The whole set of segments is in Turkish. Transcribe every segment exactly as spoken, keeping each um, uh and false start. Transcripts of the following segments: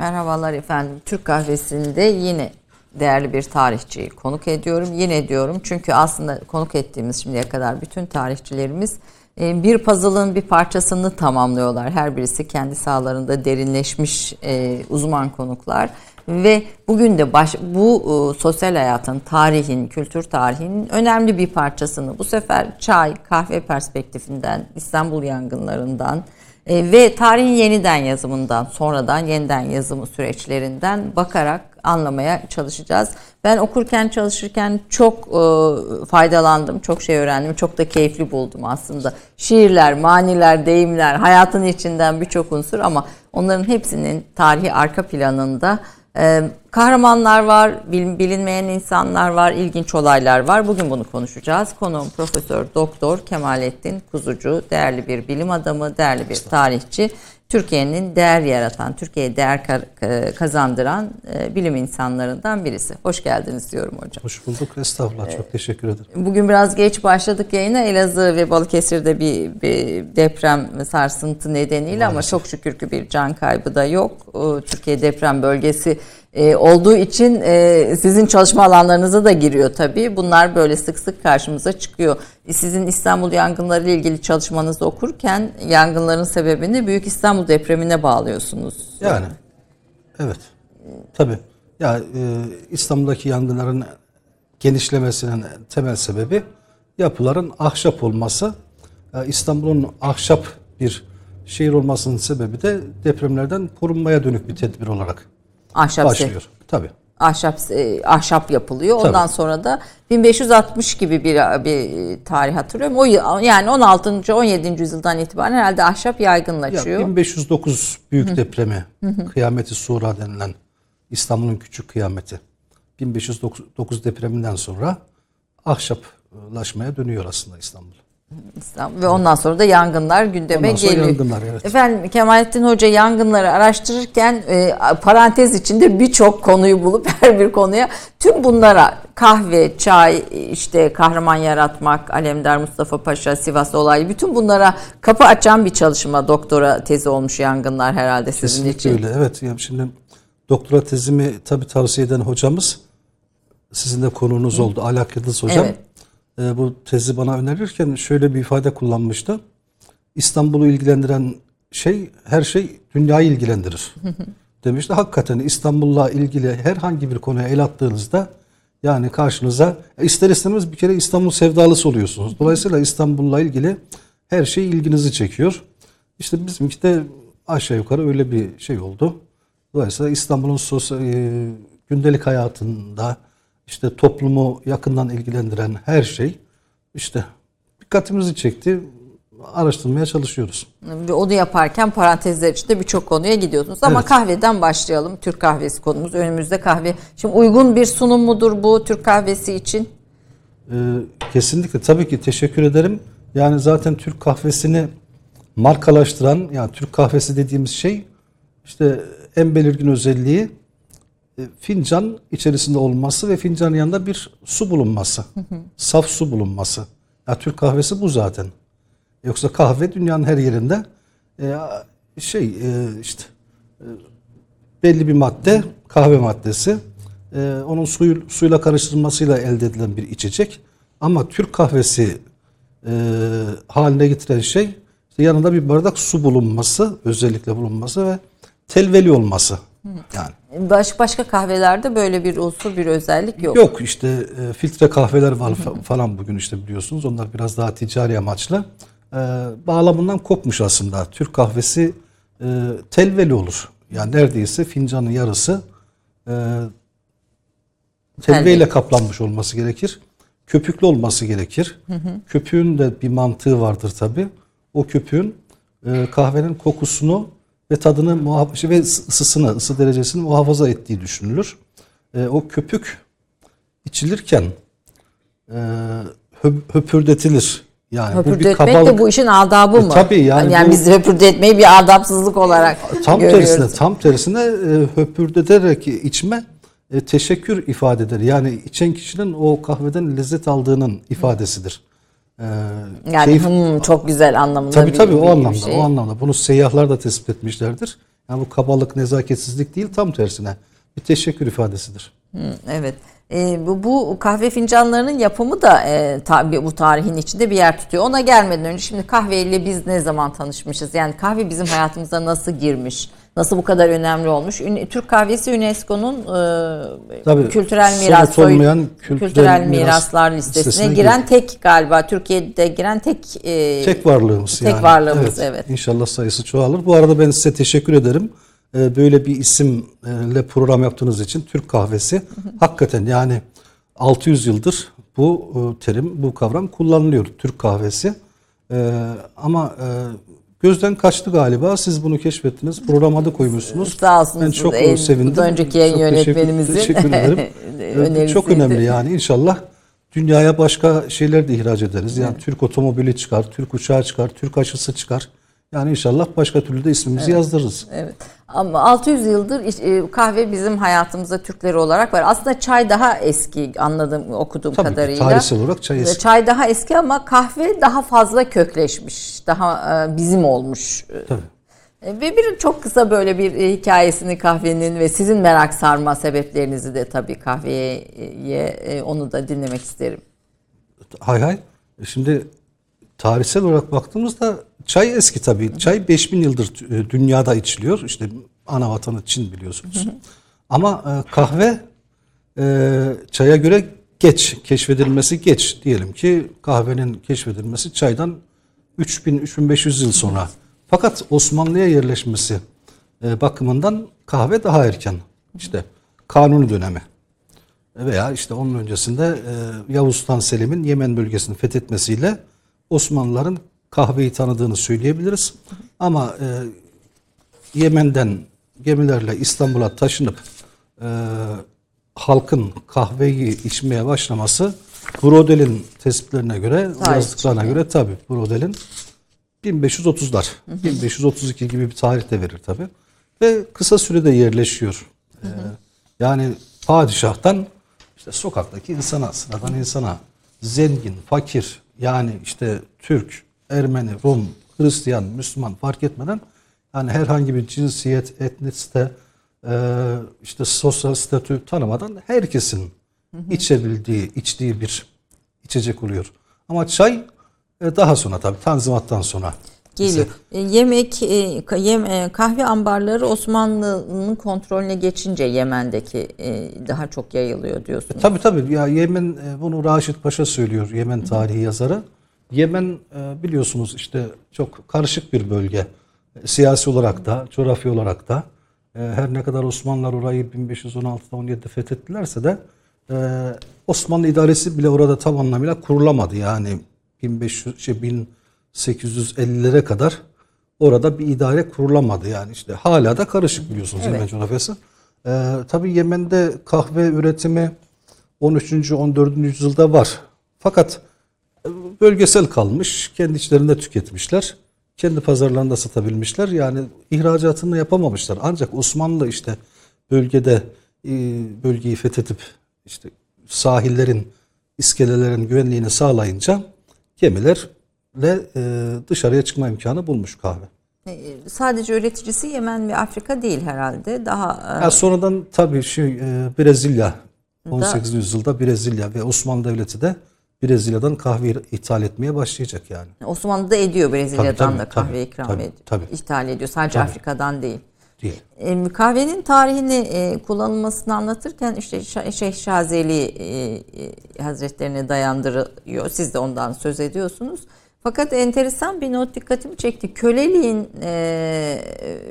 Merhabalar efendim. Türk Kahvesi'nde yine değerli bir tarihçiyi konuk ediyorum. Yine diyorum çünkü aslında konuk ettiğimiz şimdiye kadar bütün tarihçilerimiz bir puzzle'ın bir parçasını tamamlıyorlar. Her birisi kendi sahalarında derinleşmiş uzman konuklar. Ve bugün de baş, bu sosyal hayatın, tarihin, kültür tarihinin önemli bir parçasını bu sefer çay, kahve perspektifinden, İstanbul yangınlarından e, ve tarihin yeniden yazımından, sonradan yeniden yazımı süreçlerinden bakarak anlamaya çalışacağız. Ben okurken, çalışırken çok e, faydalandım, çok şey öğrendim, çok da keyifli buldum aslında. Şiirler, maniler, deyimler, hayatın içinden birçok unsur ama onların hepsinin tarihi arka planında Ee, kahramanlar var, bilinmeyen insanlar var, ilginç olaylar var. Bugün bunu konuşacağız. Konuğum Profesör Doktor Kemalettin Kuzucu, değerli bir bilim adamı, değerli bir tarihçi. Türkiye'nin değer yaratan, Türkiye'ye değer kazandıran bilim insanlarından birisi. Hoş geldiniz diyorum hocam. Hoş bulduk. Estağfurullah. Çok teşekkür ederim. Bugün biraz geç başladık yayına. Elazığ ve Balıkesir'de bir, bir deprem sarsıntı nedeniyle Maalesef. Ama çok şükür ki bir can kaybı da yok. Türkiye deprem bölgesi olduğu için sizin çalışma alanlarınıza da giriyor tabii. Bunlar böyle sık sık karşımıza çıkıyor. Sizin İstanbul yangınları ile ilgili çalışmanızı okurken yangınların sebebini Büyük İstanbul depremine bağlıyorsunuz. Yani evet. Tabii. Ya e, İstanbul'daki yangınların genişlemesinin temel sebebi yapıların ahşap olması. E, İstanbul'un ahşap bir şehir olmasının sebebi de depremlerden korunmaya dönük bir tedbir olarak ahşap başlıyor. Tabii. Ahşap ahşap yapılıyor. Ondan Tabii. sonra da bin beş yüz altmış gibi bir bir tarih hatırlıyorum. O yani on altıncı on yedinci yüzyıldan itibaren herhalde ahşap yaygınlaşıyor. Ya bin beş yüz dokuz büyük Hı. depremi, Hı. Kıyameti Suğra denilen İstanbul'un küçük kıyameti. bin beş yüz dokuz depreminden sonra ahşaplaşmaya dönüyor aslında İstanbul. İstanbul. Ve ondan sonra da yangınlar gündeme ondan sonra geliyor. Yangınlar, evet. Efendim Kemalettin Hoca yangınları araştırırken e, parantez içinde birçok konuyu bulup her bir konuya tüm bunlara kahve, çay, işte kahraman yaratmak, Alemdar Mustafa Paşa, Sivas olayı bütün bunlara kapı açan bir çalışma, doktora tezi olmuş yangınlar herhalde sizin Kesinlikle için. Kesinlikle öyle. Evet. Yani şimdi doktora tezimi tabii tavsiye eden hocamız sizin de konuğunuz Hı. oldu. Alak Yıldız hocam. Evet. Bu tezi bana önerirken şöyle bir ifade kullanmıştı. İstanbul'u ilgilendiren şey, her şey dünyayı ilgilendirir. Demişti. Hakikaten İstanbul'la ilgili herhangi bir konuya el attığınızda yani karşınıza ister istemez bir kere İstanbul sevdalısı oluyorsunuz. Dolayısıyla İstanbul'la ilgili her şey ilginizi çekiyor. İşte bizimki de aşağı yukarı öyle bir şey oldu. Dolayısıyla İstanbul'un sosyal, e, gündelik hayatında İşte toplumu yakından ilgilendiren her şey işte dikkatimizi çekti. Araştırmaya çalışıyoruz. Ve onu yaparken parantezler içinde birçok konuya gidiyorsunuz. Ama evet. Kahveden başlayalım. Türk kahvesi konumuz. Önümüzde kahve. Şimdi uygun bir sunum mudur bu Türk kahvesi için? Ee, kesinlikle. Tabii ki teşekkür ederim. Yani zaten Türk kahvesini markalaştıran, yani Türk kahvesi dediğimiz şey işte en belirgin özelliği fincan içerisinde olması ve fincanın yanında bir su bulunması. Hı hı. Saf su bulunması. Ya Türk kahvesi bu zaten. Yoksa kahve dünyanın her yerinde e, şey e, işte e, belli bir madde, kahve maddesi. E, onun suyu, suyla karıştırılmasıyla elde edilen bir içecek. Ama Türk kahvesi e, haline getiren şey işte yanında bir bardak su bulunması, özellikle bulunması ve telveli olması. Yani. Baş, başka kahvelerde böyle bir unsur, bir özellik yok. Yok işte e, filtre kahveler var falan bugün işte biliyorsunuz. Onlar biraz daha ticari amaçlı. E, bağlamından kopmuş aslında. Türk kahvesi e, telveli olur. Yani neredeyse fincanın yarısı e, telveyle kaplanmış olması gerekir. Köpüklü olması gerekir. Hı hı. Köpüğün de bir mantığı vardır tabii. O köpüğün e, kahvenin kokusunu ve tadını muhafaza ve ısısını, ısı derecesini muhafaza ettiği düşünülür. E, o köpük içilirken e, höp, höpürdetilir. Yani höpürdetmek bu bir kabalık, de bu işin adabı mı? E, tabii yani, yani bu, biz höpürdetmeyi bir adapsızlık olarak tam görüyoruz. Tersine, tam tersine e, höpürdeterek içme e, teşekkür ifade eder. Yani içen kişinin o kahveden lezzet aldığının ifadesidir. Ee, yani keyif, hmm, çok güzel anlamında tabii, bir, tabii, bir o anlamda, şey. o anlamda. Bunu seyyahlar da tespit etmişlerdir. Yani bu kabalık, nezaketsizlik değil, tam tersine bir teşekkür ifadesidir. Hı, evet. E, bu, bu kahve fincanlarının yapımı da e, tabi bu tarihin içinde bir yer tutuyor. Ona gelmeden önce şimdi kahveyle biz ne zaman tanışmışız? Yani kahve bizim hayatımıza nasıl girmiş? Nasıl bu kadar önemli olmuş? Türk kahvesi UNESCO'nun e, Tabii, kültürel miras olmayan kültürel, kültürel miras miraslar listesine, listesine giren girdi. tek galiba Türkiye'de giren tek e, tek varlığımız tek yani. varlığımız evet. evet. evet. İnşallah sayısı çoğalır. Bu arada ben size teşekkür ederim. Böyle bir isimle program yaptığınız için Türk kahvesi. Hı hı. Hakikaten yani altı yüz yıldır bu terim, bu kavram kullanılıyor. Türk kahvesi. Ama gözden kaçtı galiba. Siz bunu keşfettiniz. Program adı koymuşsunuz. Sağ olsunuz. Ben çok en, sevindim. Bu önceki yayın çok yönetmenimizin teşekkür, teşekkür ederim. Çok önemli yani. İnşallah dünyaya başka şeyler de ihraç ederiz. Yani evet. Türk otomobili çıkar, Türk uçağı çıkar, Türk aşısı çıkar. Yani inşallah başka türlü de ismimizi evet. yazdırırız. Evet. Ama altı yüz yıldır kahve bizim hayatımızda Türkleri olarak var. Aslında çay daha eski, anladığım, okuduğum Tabii kadarıyla. Tabii tarihsel olarak çay eski. Çay daha eski ama kahve daha fazla kökleşmiş. Daha bizim olmuş. Tabii. Ve bir çok kısa böyle bir hikayesini kahvenin ve sizin merak sarma sebeplerinizi de tabii kahveye onu da dinlemek isterim. Hay hay. Şimdi tarihsel olarak baktığımızda çay eski tabii. Çay beş bin yıldır dünyada içiliyor. İşte ana vatanı Çin biliyorsunuz. Hı hı. Ama kahve çaya göre geç. Keşfedilmesi geç. Diyelim ki kahvenin keşfedilmesi çaydan üç bin üç bin beş yüz yıl sonra. Fakat Osmanlı'ya yerleşmesi bakımından kahve daha erken. İşte Kanuni dönemi. Veya işte onun öncesinde Yavuz Sultan Selim'in Yemen bölgesini fethetmesiyle Osmanlıların kahveyi tanıdığını söyleyebiliriz. Ama e, Yemen'den gemilerle İstanbul'a taşınıp e, halkın kahveyi içmeye başlaması Brodel'in tespitlerine göre, yazdıklarına göre tabii Brodel'in bin beş yüz otuzlar, hı hı. bin beş yüz otuz iki gibi bir tarih de verir tabii. Ve kısa sürede yerleşiyor. Hı hı. E, yani padişahtan işte sokaktaki insana, sıradan insana, zengin, fakir, yani işte Türk, Ermeni, Rum, Hristiyan, Müslüman fark etmeden yani herhangi bir cinsiyet, etnisite, işte sosyal statü tanımadan herkesin hı hı. içebildiği, içtiği bir içecek oluyor. Ama çay daha sonra tabii Tanzimat'tan sonra geliyor. E, yemek, e, yem, e, kahve ambarları Osmanlı'nın kontrolüne geçince Yemen'deki e, daha çok yayılıyor diyorsunuz. E, tabii tabii. Ya Yemen, e, bunu Raşit Paşa söylüyor, Yemen tarihi Hı-hı. yazarı. Yemen e, biliyorsunuz işte çok karışık bir bölge. E, siyasi olarak da, coğrafi olarak da. E, her ne kadar Osmanlılar orayı bin beş yüz on altıda on yedide fethettilerse de e, Osmanlı idaresi bile orada tam anlamıyla kurulamadı. Yani bin beş yüz şey bin sekiz yüz ellilere kadar orada bir idare kurulamadı. Yani işte hala da karışık biliyorsunuz evet. Yemen coğrafyası. Ee, tabii Yemen'de kahve üretimi on üçüncü on dördüncü yüzyılda var. Fakat bölgesel kalmış. Kendi içlerinde tüketmişler. Kendi pazarlarında satabilmişler. Yani ihracatını yapamamışlar. Ancak Osmanlı işte bölgede bölgeyi fethedip işte sahillerin, iskelelerin güvenliğini sağlayınca gemiler ve dışarıya çıkma imkanı bulmuş kahve. Sadece üreticisi Yemen ve Afrika değil herhalde. Daha ya sonradan tabii şey Brezilya on sekizinci yüzyılda Brezilya ve Osmanlı Devleti de Brezilya'dan kahve ithal etmeye başlayacak yani. Osmanlı da ediyor Brezilya'dan tabii, tabii, da kahve tabii, ikram tabii, ediyor. Tabii. İthal ediyor. Sadece tabii. Afrika'dan değil. Değil. E, kahvenin tarihini e, kullanılmasını anlatırken işte Şeyh Şazeli e, Hazretlerine dayandırıyor. Siz de ondan söz ediyorsunuz. Fakat enteresan bir not dikkatimi çekti. Köleliğin e,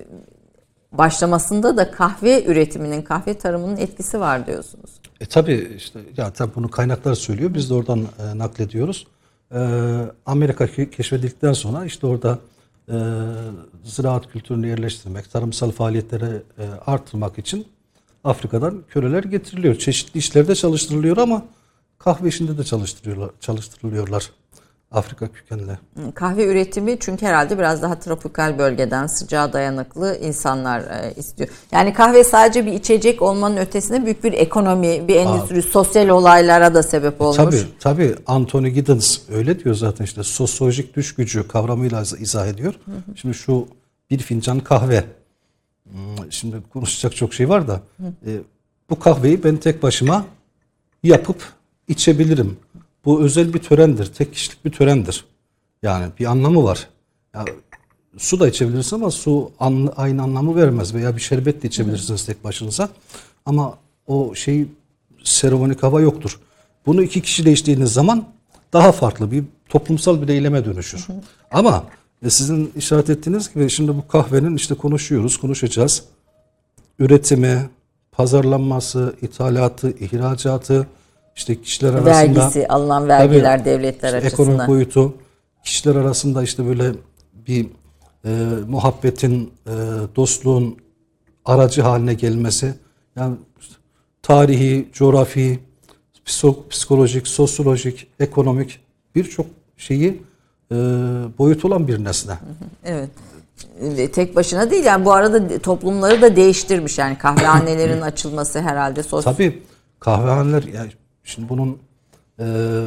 başlamasında da kahve üretiminin, kahve tarımının etkisi var diyorsunuz. E tabii işte ya tabii bunu kaynaklar söylüyor. Biz de oradan e, naklediyoruz. E, Amerika keşfedildikten sonra işte orada e, ziraat kültürünü yerleştirmek, tarımsal faaliyetleri e, artırmak için Afrika'dan köleler getiriliyor. Çeşitli işlerde çalıştırılıyor ama kahve işinde de çalıştırıyorlar, çalıştırılıyorlar. Afrika kökenli. Kahve üretimi çünkü herhalde biraz daha tropikal bölgeden sıcağa dayanıklı insanlar e, istiyor. Yani kahve sadece bir içecek olmanın ötesinde büyük bir ekonomi, bir endüstri, Aa, sosyal olaylara da sebep olmuş. Tabii tabii. Anthony Giddens öyle diyor zaten işte sosyolojik düş gücü kavramıyla izah ediyor. Hı hı. Şimdi şu bir fincan kahve Şimdi konuşacak çok şey var da e, bu kahveyi ben tek başıma yapıp içebilirim. Bu özel bir törendir. Tek kişilik bir törendir. Yani bir anlamı var. Ya, su da içebilirsin ama su an, aynı anlamı vermez. Veya bir şerbet de içebilirsiniz tek başınıza. Ama o şey seremonik hava yoktur. Bunu iki kişiyle içtiğiniz zaman daha farklı bir toplumsal bir eyleme dönüşür. Hı hı. Ama e, sizin işaret ettiğiniz gibi şimdi bu kahvenin işte konuşuyoruz, konuşacağız. Üretimi, pazarlanması, ithalatı, ihracatı, işte kişiler arasında vergisi, alınan vergiler tabii, devletler işte açısından. Ekonomik boyutu, kişiler arasında işte böyle bir e, muhabbetin, e, dostluğun aracı haline gelmesi. Yani işte, tarihi, coğrafi, psikolojik, sosyolojik, ekonomik birçok şeyi e, boyut olan bir nesne. Evet. Tek başına değil yani bu arada toplumları da değiştirmiş yani kahvehanelerin açılması herhalde. Sos- Tabii kahvehaneler yani şimdi bunun e,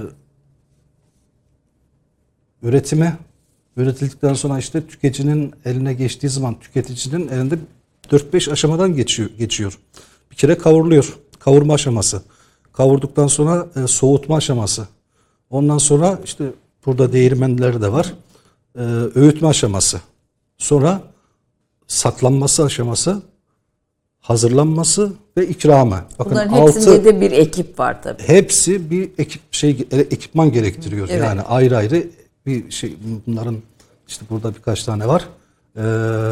üretimi üretildikten sonra işte tüketicinin eline geçtiği zaman tüketicinin elinde dört beş aşamadan geçiyor. geçiyor. Bir kere kavruluyor. Kavurma aşaması. Kavurduktan sonra e, soğutma aşaması. Ondan sonra işte burada değirmenleri de var. E, öğütme aşaması. Sonra saklanması aşaması, hazırlanması ve ikramı. Bakın bunların hepsinde altı, de bir ekip var tabii. Hepsi bir ekip şey ekipman gerektiriyor. Evet. Yani ayrı ayrı bir şey bunların işte burada birkaç tane var. E,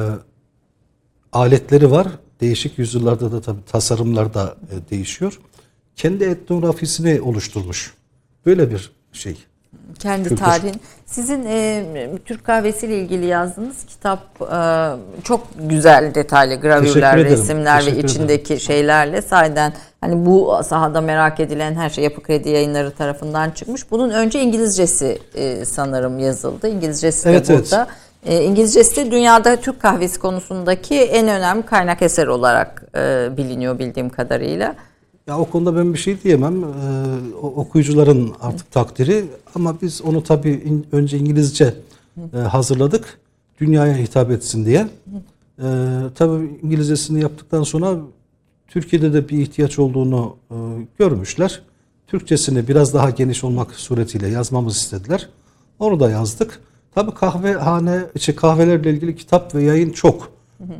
aletleri var. Değişik yüzyıllarda da tabii tasarımlar da e, değişiyor. Kendi etnografisini oluşturmuş. Böyle bir şey. Kendi kültür. tarihin. Sizin e, Türk kahvesiyle ilgili yazdığınız kitap e, çok güzel detaylı gravürler, resimler Teşekkür ve içindeki ederim. şeylerle sahiden hani bu sahada merak edilen her şey Yapı Kredi Yayınları tarafından çıkmış. Bunun önce İngilizcesi e, sanırım yazıldı. İngilizcesi evet, de burada. Evet. E, İngilizcesi de dünyada Türk kahvesi konusundaki en önemli kaynak eser olarak e, biliniyor bildiğim kadarıyla. Ya o konuda ben bir şey diyemem. Ee, okuyucuların artık takdiri ama biz onu tabii in, önce İngilizce e, hazırladık. Dünyaya hitap etsin diye. Ee, tabii İngilizcesini yaptıktan sonra Türkiye'de de bir ihtiyaç olduğunu e, görmüşler. Türkçesini biraz daha geniş olmak suretiyle yazmamızı istediler. Onu da yazdık. Tabii kahvehane, işte kahvelerle ilgili kitap ve yayın çok.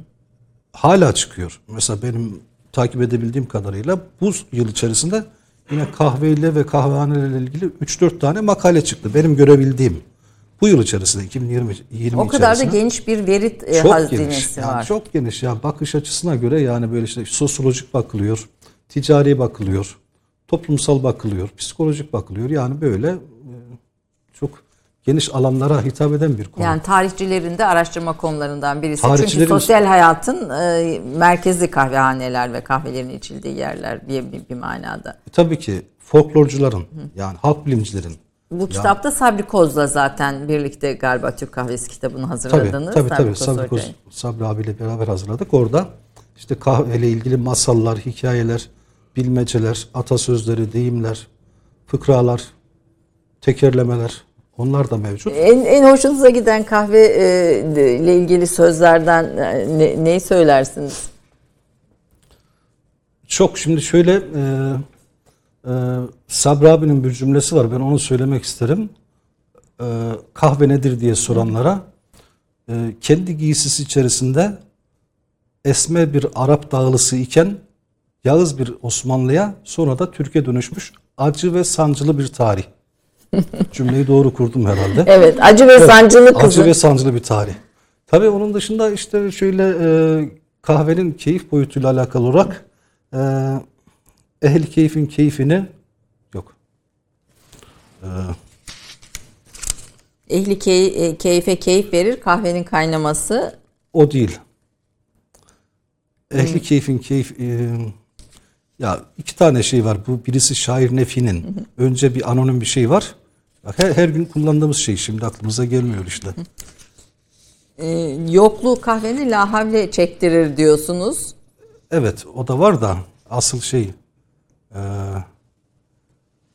Hala çıkıyor. Mesela benim takip edebildiğim kadarıyla bu yıl içerisinde yine kahveyle ve kahvehanelerle ilgili üç dört tane makale çıktı. Benim görebildiğim bu yıl içerisinde iki bin yirmi, yirmi o kadar da geniş bir veri çok hazinesi geniş, yani var. çok geniş. Yani bakış açısına göre yani böyle işte sosyolojik bakılıyor, ticari bakılıyor, toplumsal bakılıyor, psikolojik bakılıyor. Yani böyle çok geniş alanlara hitap eden bir konu. Yani tarihçilerin de araştırma konularından birisi. Çünkü sosyal hayatın e, merkezi kahvehaneler ve kahvelerin içildiği yerler bir, bir, bir manada. E, tabii ki folklorcuların Hı. yani halk bilimcilerin. Bu kitapta yani, Sabri Koz'la zaten birlikte galiba Türk Kahvesi kitabını hazırladınız. Tabii tabii. tabii. Sabri, Koz, Sabri abiyle beraber hazırladık. Orada işte kahveyle ilgili masallar, hikayeler, bilmeceler, atasözleri, deyimler, fıkralar, tekerlemeler, onlar da mevcut. En, en hoşunuza giden kahve e, ile ilgili sözlerden ne, neyi söylersiniz? Çok. Şimdi şöyle e, e, Sabri abinin bir cümlesi var. Ben onu söylemek isterim. E, kahve nedir diye soranlara e, kendi giysisi içerisinde esme bir Arap dağlısı iken Yağız bir Osmanlı'ya sonra da Türkiye dönüşmüş acı ve sancılı bir tarih. Cümleyi doğru kurdum herhalde. Evet, acı ve evet, sancılı kızı. Acı ve sancılı bir tarih. Tabii onun dışında işte şöyle e, kahvenin keyif boyutuyla alakalı olarak e, ehli keyfin keyfini yok. E, ehli key, keyfe keyif verir, kahvenin kaynaması. O değil. Ehli hmm. keyfin keyif e, ya iki tane şey var. Bu birisi şair Nefi'nin. Hı hı. Önce bir anonim bir şey var. Bak her, her gün kullandığımız şey şimdi aklımıza gelmiyor işte. Ee, yokluğu kahveni la havle çektirir diyorsunuz. Evet o da var da asıl şey e,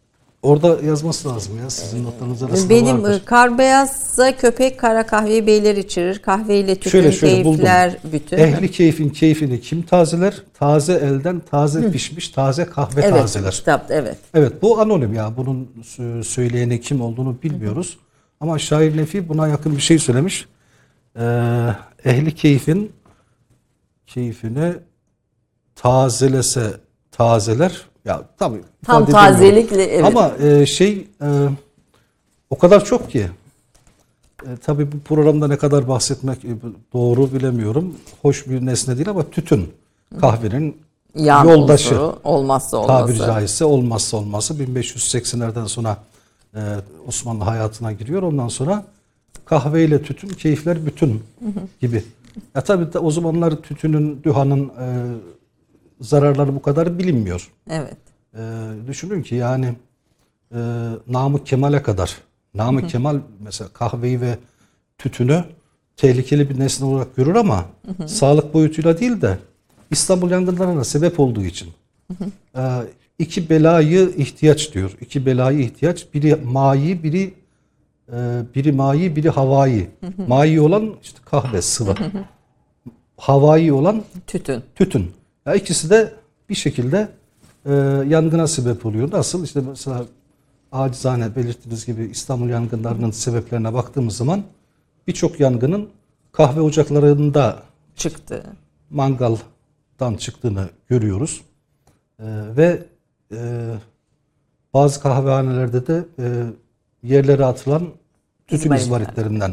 orada yazması lazım ya, sizin notlarınız arasında Benim vardır. kar beyazsa köpek, kara kahveyi beyler içirir. Kahveyle tütün, Şöyle, şöyle keyifler buldum. bütün. Ehli keyfin keyfini kim tazeler? Taze elden taze Hı. pişmiş taze kahve evet, tazeler. Kitap, evet. Evet, bu anonim ya. Bunun söyleyeni kim olduğunu bilmiyoruz. Hı. Ama şair Nefi buna yakın bir şey söylemiş. Ee, ehli keyfin keyfini tazelese tazeler. Ya tabii. Tam tazelikle, evet. Ama e, şey e, o kadar çok ki. E, tabii bu programda ne kadar bahsetmek doğru bilemiyorum. Hoş bir nesne değil ama tütün. Kahvenin yan yoldaşı. Unsuru, olmazsa olmazsa. Tabiri caizse olmazsa olmazsa bin beş yüz seksenlerden sonra e, Osmanlı hayatına giriyor. Ondan sonra kahveyle tütün, keyifler bütün gibi. Ya tabii de o zamanlar tütünün, dühanın e, zararları bu kadar bilinmiyor. Evet. E, düşünün ki yani e, Namık Kemal'e kadar, Namık Kemal mesela kahveyi ve tütünü tehlikeli bir nesne olarak görür ama sağlık boyutuyla değil de İstanbul yangınlarına sebep olduğu için. E, iki belayı ihtiyaç diyor. İki belayı ihtiyaç. Biri mayi, biri e, biri mayi, biri havai. Mayi olan işte kahve, sıvı. Havai olan tütün. Tütün. Ya ikisi de bir şekilde e, yangına sebep oluyor. Nasıl? İşte mesela acizane belirttiğiniz gibi İstanbul yangınlarının sebeplerine baktığımız zaman birçok yangının kahve ocaklarında çıktı. Mangaldan çıktığını görüyoruz. E, ve e, bazı kahvehanelerde de e, yerlere atılan tütün izmaritlerinden.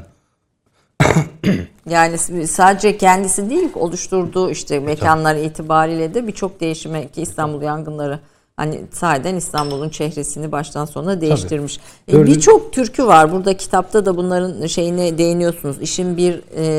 Yani sadece kendisi değil, oluşturduğu işte mekanlar itibariyle de birçok değişime, ki İstanbul yangınları hani sahiden İstanbul'un çehresini baştan sona değiştirmiş. E, birçok türkü var. Burada kitapta da bunların şeyine değiniyorsunuz. İşin bir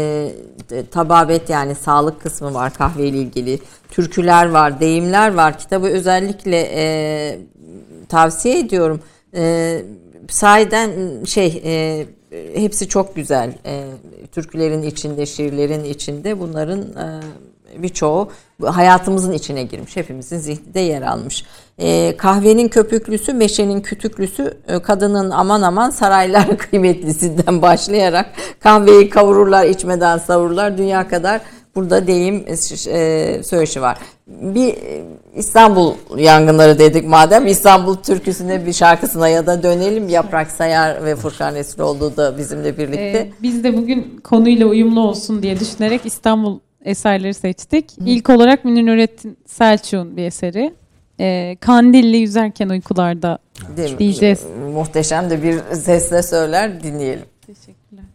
e, tababet, yani sağlık kısmı var kahveyle ilgili. Türküler var, deyimler var. Kitabı özellikle e, tavsiye ediyorum. E, sahiden şey e, hepsi çok güzel. E, türkülerin içinde, şiirlerin içinde bunların e, birçoğu hayatımızın içine girmiş. Hepimizin zihninde yer almış. E, kahvenin köpüklüsü, meşenin kütüklüsü, e, kadının aman aman saraylar kıymetlisinden başlayarak kahveyi kavururlar, içmeden savururlar. Dünya kadar burada deyim e, söyleşi var. Bir İstanbul yangınları dedik madem, İstanbul türküsüne bir şarkısına ya da dönelim. Yaprak Sayar ve Furkan Esroğlu da bizimle birlikte. Ee, biz de bugün konuyla uyumlu olsun diye düşünerek İstanbul eserleri seçtik. Hı. İlk olarak Münir Nurettin Selçuk'un bir eseri. Ee, Kandilli Yüzerken Uykularda diyeceğiz. Muhteşem de bir sesle söyler, dinleyelim. Teşekkürler.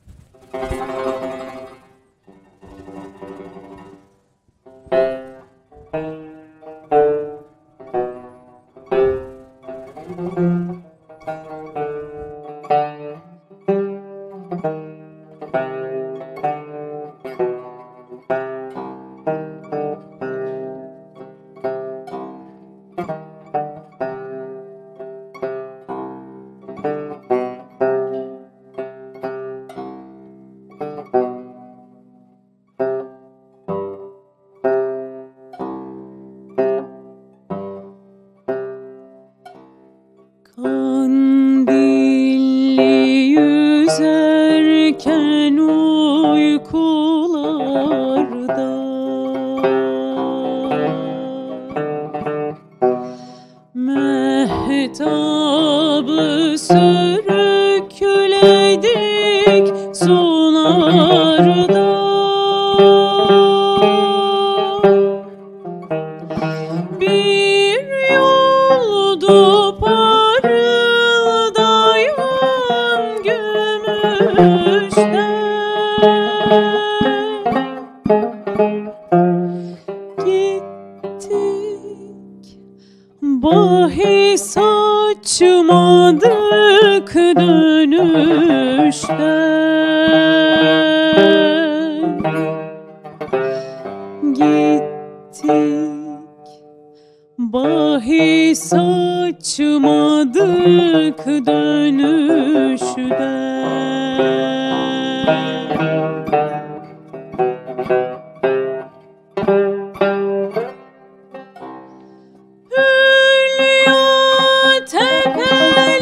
Hülya tepe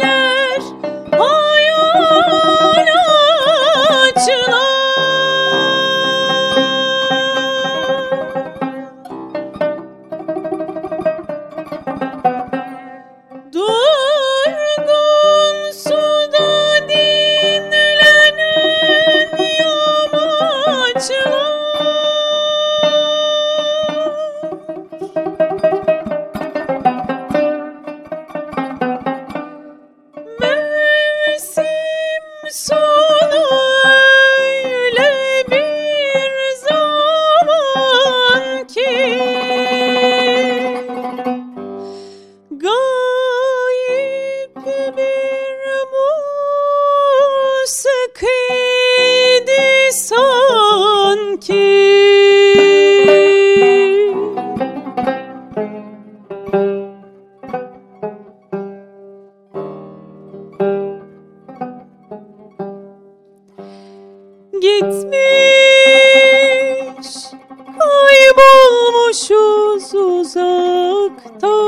uzakta,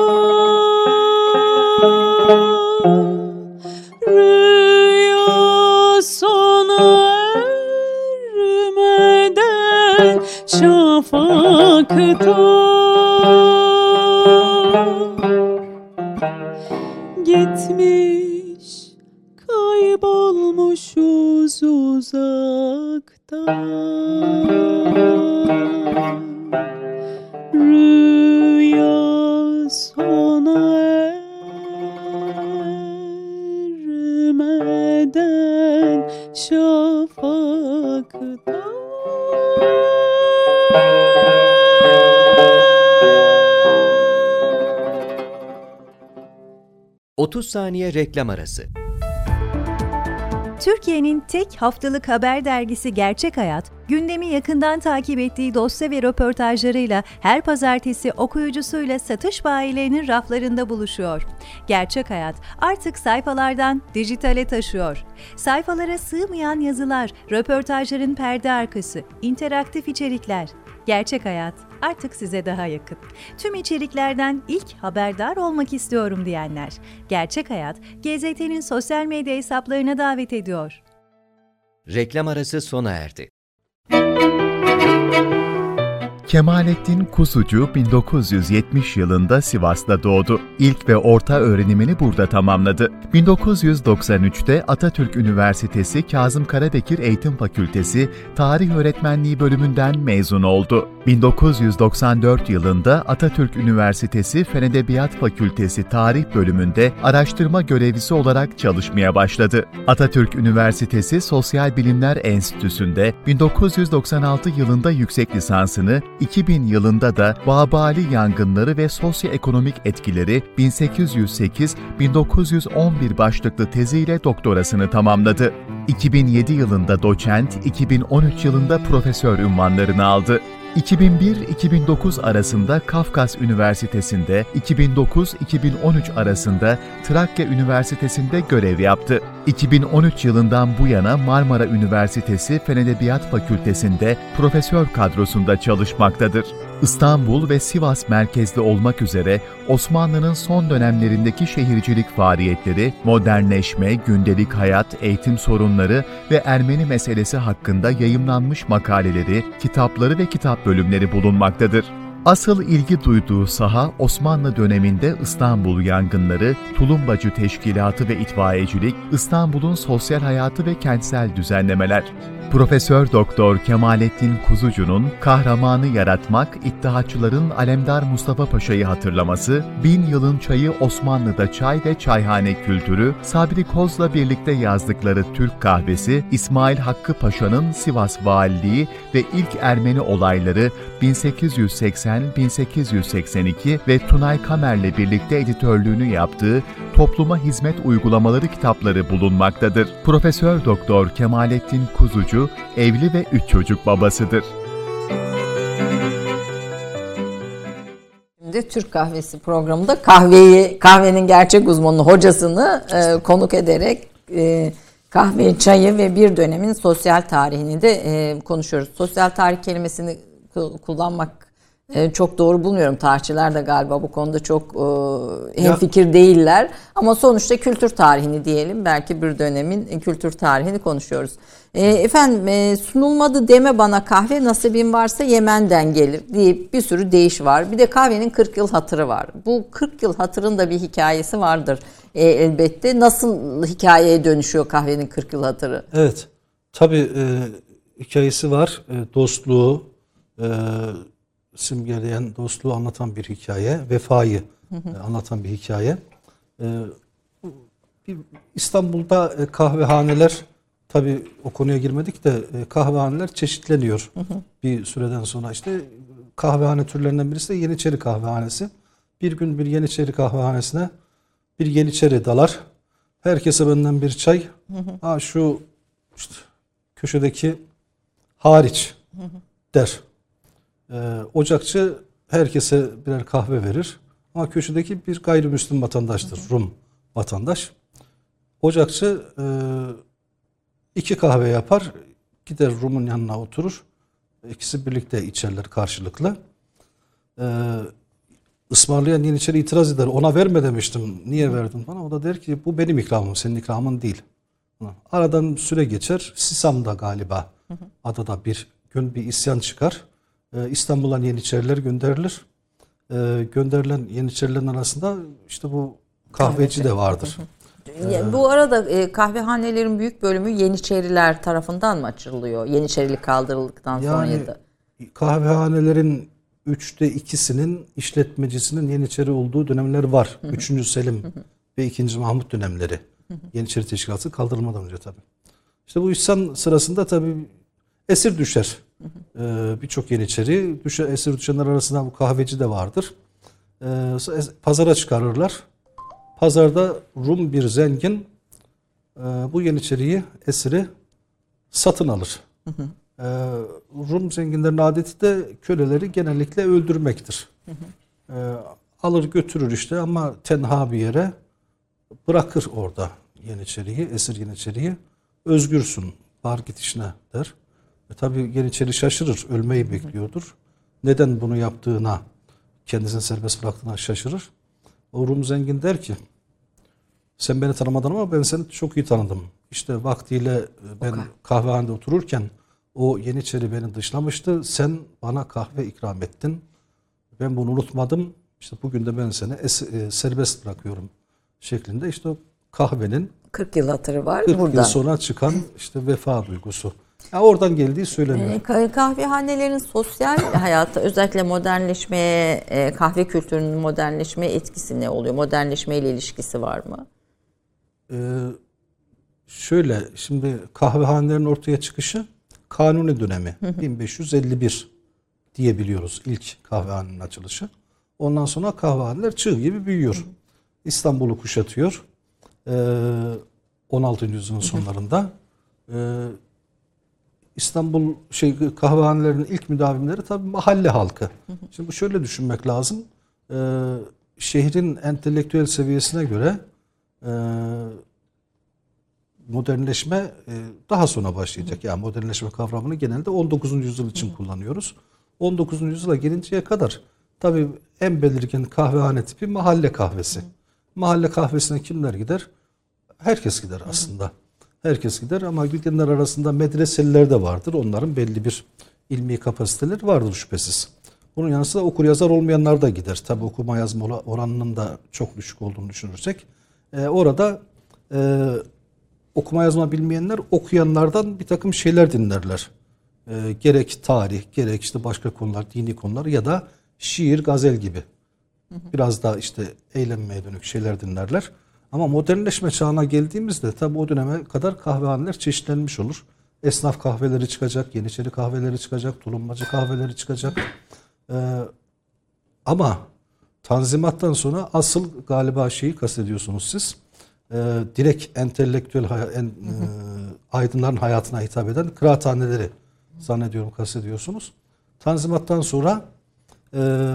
rüya sona ermeden şafakta gitmiş, kaybolmuşuz uzakta. Rüya sona ermeden şafakta. otuz saniye reklam arası. Türkiye'nin tek haftalık haber dergisi Gerçek Hayat, gündemi yakından takip ettiği dosya ve röportajlarıyla her pazartesi okuyucusuyla satış bayilerinin raflarında buluşuyor. Gerçek Hayat artık sayfalardan dijitale taşıyor. Sayfalara sığmayan yazılar, röportajların perde arkası, interaktif içerikler. Gerçek Hayat artık size daha yakın. Tüm içeriklerden ilk haberdar olmak istiyorum diyenler. Gerçek Hayat, G Z T'nin sosyal medya hesaplarına davet ediyor. Reklam arası sona erdi. Kemalettin Kuzucu bin dokuz yüz yetmiş yılında Sivas'ta doğdu. İlk ve orta öğrenimini burada tamamladı. bin dokuz yüz doksan üçte Atatürk Üniversitesi Kazım Karabekir Eğitim Fakültesi Tarih Öğretmenliği bölümünden mezun oldu. bin dokuz yüz doksan dört yılında Atatürk Üniversitesi Fen Edebiyat Fakültesi Tarih bölümünde araştırma görevlisi olarak çalışmaya başladı. Atatürk Üniversitesi Sosyal Bilimler Enstitüsü'nde bin dokuz yüz doksan altı yılında yüksek lisansını, iki bin yılında da Babali yangınları ve sosyoekonomik etkileri bin sekiz yüz sekiz bin dokuz yüz on bir başlıklı teziyle doktorasını tamamladı. iki bin yedi yılında doçent, iki bin on üç yılında profesör unvanlarını aldı. iki bin bir iki bin dokuz arasında Kafkas Üniversitesi'nde, iki bin dokuz iki bin on üç arasında Trakya Üniversitesi'nde görev yaptı. iki bin on üç yılından bu yana Marmara Üniversitesi Fen Edebiyat Fakültesi'nde profesör kadrosunda çalışmaktadır. İstanbul ve Sivas merkezli olmak üzere Osmanlı'nın son dönemlerindeki şehircilik faaliyetleri, modernleşme, gündelik hayat, eğitim sorunları ve Ermeni meselesi hakkında yayımlanmış makaleleri, kitapları ve kitap bölümleri bulunmaktadır. Asıl ilgi duyduğu saha Osmanlı döneminde İstanbul yangınları, Tulumbacı Teşkilatı ve itfaiyecilik, İstanbul'un sosyal hayatı ve kentsel düzenlemeler. Profesör Doktor Kemalettin Kuzucu'nun kahramanı yaratmak, İttihatçıların Alemdar Mustafa Paşa'yı hatırlaması, Bin Yılın Çayı Osmanlı'da Çay ve Çayhane Kültürü, Sabri Koz'la birlikte yazdıkları Türk Kahvesi, İsmail Hakkı Paşa'nın Sivas Valiliği ve ilk Ermeni olayları bin sekiz yüz seksen bin sekiz yüz seksen iki ve Tunay Kamer'le birlikte editörlüğünü yaptığı Topluma Hizmet Uygulamaları kitapları bulunmaktadır. Profesör Doktor Kemalettin Kuzucu evli ve üç çocuk babasıdır. Şimdi Türk Kahvesi programında kahveyi, kahvenin gerçek uzmanı, hocasını e, konuk ederek e, kahve, çayı ve bir dönemin sosyal tarihini de e, konuşuyoruz. Sosyal tarih kelimesini kullanmak e, çok doğru bulmuyorum. Tarihçiler de galiba bu konuda çok e, hemfikir değiller. Ama sonuçta kültür tarihini diyelim. Belki bir dönemin kültür tarihini konuşuyoruz. E, efendim e, sunulmadı deme bana kahve, nasibin varsa Yemen'den gelir deyip bir sürü deyiş var. Bir de kahvenin kırk yıl hatırı var. Bu kırk yıl hatırın da bir hikayesi vardır e, elbette. Nasıl hikayeye dönüşüyor kahvenin kırk yıl hatırı? Evet. Tabii e, hikayesi var. E, dostluğu e, simgeleyen, dostluğu anlatan bir hikaye. Vefayı hı hı. E, anlatan bir hikaye. E, bir, İstanbul'da e, kahvehaneler, tabii o konuya girmedik de e, kahvehaneler çeşitleniyor. Hı hı. Bir süreden sonra işte kahvehane türlerinden birisi de Yeniçeri Kahvehanesi. Bir gün bir Yeniçeri Kahvehanesi'ne bir Yeniçeri dalar. Herkese benden bir çay. Hı hı. Ha şu işte köşedeki hariç hı hı. der. Ee, ocakçı herkese birer kahve verir. Ama köşedeki bir gayrimüslim vatandaştır. Hı hı. Rum vatandaş. Ocakçı e, iki kahve yapar. Gider Rum'un yanına oturur. İkisi birlikte içerler karşılıklı. Ee, ısmarlayan Yeniçeri itiraz eder. Ona verme demiştim. Niye verdin bana? O da der ki bu benim ikramım, senin ikramın değil. Aradan süre geçer. Sisam'da galiba hı hı. adada bir gün bir isyan çıkar. Ee, İstanbul'dan Yeniçeriler gönderilir. Ee, gönderilen Yeniçerilerin arasında işte bu kahveci de vardır. Hı hı. Ee, bu arada e, kahvehanelerin büyük bölümü Yeniçeriler tarafından mı açılıyor? Yeniçerilik kaldırıldıktan sonra yani, ya da? Kahvehanelerin üçte ikisinin işletmecisinin Yeniçeri olduğu dönemler var. Hı hı. Üçüncü Selim hı hı. ve ikinci Mahmut dönemleri. Hı hı. Yeniçeri Teşkilatı kaldırılmadan önce tabii. İşte bu isyan sırasında tabii esir düşer. Ee, Birçok Yeniçeri düşer, esir düşenler arasında bu kahveci de vardır. Ee, pazara çıkarırlar. Pazarda Rum bir zengin e, bu Yeniçeriyi, esiri satın alır. Hı hı. Ee, Rum zenginlerin adeti de köleleri genellikle öldürmektir. Hı hı. Ee, alır götürür işte ama tenha bir yere bırakır orada Yeniçeriyi, esir Yeniçeriyi. Özgürsün, var git işine der. E tabii Yeniçeri şaşırır, ölmeyi bekliyordur. Neden bunu yaptığına, kendisini serbest bıraktığına şaşırır. O Rum zengin der ki, sen beni tanımadın ama ben seni çok iyi tanıdım. İşte vaktiyle ben okay. kahvehanede otururken o Yeniçeri beni dışlamıştı. Sen bana kahve ikram ettin. Ben bunu unutmadım. İşte bugün de ben seni es- serbest bırakıyorum şeklinde. İşte o kahvenin kırk yıl hatırı var kırk burada. yıl sonra çıkan işte vefa duygusu. Yani oradan geldiği söyleniyor. Kahvehanelerin sosyal hayata, özellikle modernleşmeye, kahve kültürünün modernleşmeye etkisi ne oluyor? Modernleşmeyle ilişkisi var mı? Ee, şöyle, şimdi kahvehanelerin ortaya çıkışı Kanuni dönemi. bin beş yüz elli bir diyebiliyoruz ilk kahvehanenin açılışı. Ondan sonra kahvehaneler çığ gibi büyüyor. İstanbul'u kuşatıyor. Ee, on altıncı yüzyılın sonlarında. Ee, İstanbul şey kahvehanelerin ilk müdavimleri tabii mahalle halkı. Hı hı. Şimdi bu şöyle düşünmek lazım. Ee, şehrin entelektüel seviyesine göre e, modernleşme e, daha sonra başlayacak. Hı hı. Yani modernleşme kavramını genelde on dokuzuncu yüzyıl için hı hı. kullanıyoruz. on dokuzuncu yüzyıla gelinceye kadar tabii en belirgin kahvehane tipi mahalle kahvesi. Hı hı. Mahalle kahvesine kimler gider? Herkes gider aslında. Hı hı. Herkes gider ama gidenler arasında medreseliler de vardır. Onların belli bir ilmi kapasiteleri vardır şüphesiz. Bunun yanı sıra okur yazar olmayanlar da gider. Tabi okuma yazma oranının da çok düşük olduğunu düşünürsek. Ee, orada e, okuma yazma bilmeyenler okuyanlardan bir takım şeyler dinlerler. Ee, gerek tarih, gerek işte başka konular, dini konular ya da şiir, gazel gibi. Biraz daha işte eğlenmeye dönük şeyler dinlerler. Ama modernleşme çağına geldiğimizde tabi o döneme kadar kahvehaneler çeşitlenmiş olur. Esnaf kahveleri çıkacak, Yeniçeri kahveleri çıkacak, tulumbacı kahveleri çıkacak. Ee, ama Tanzimat'tan sonra asıl galiba şeyi kastediyorsunuz siz. Ee, direkt entelektüel en, e, aydınların hayatına hitap eden kıraathaneleri zannediyorum kastediyorsunuz. Tanzimat'tan sonra e,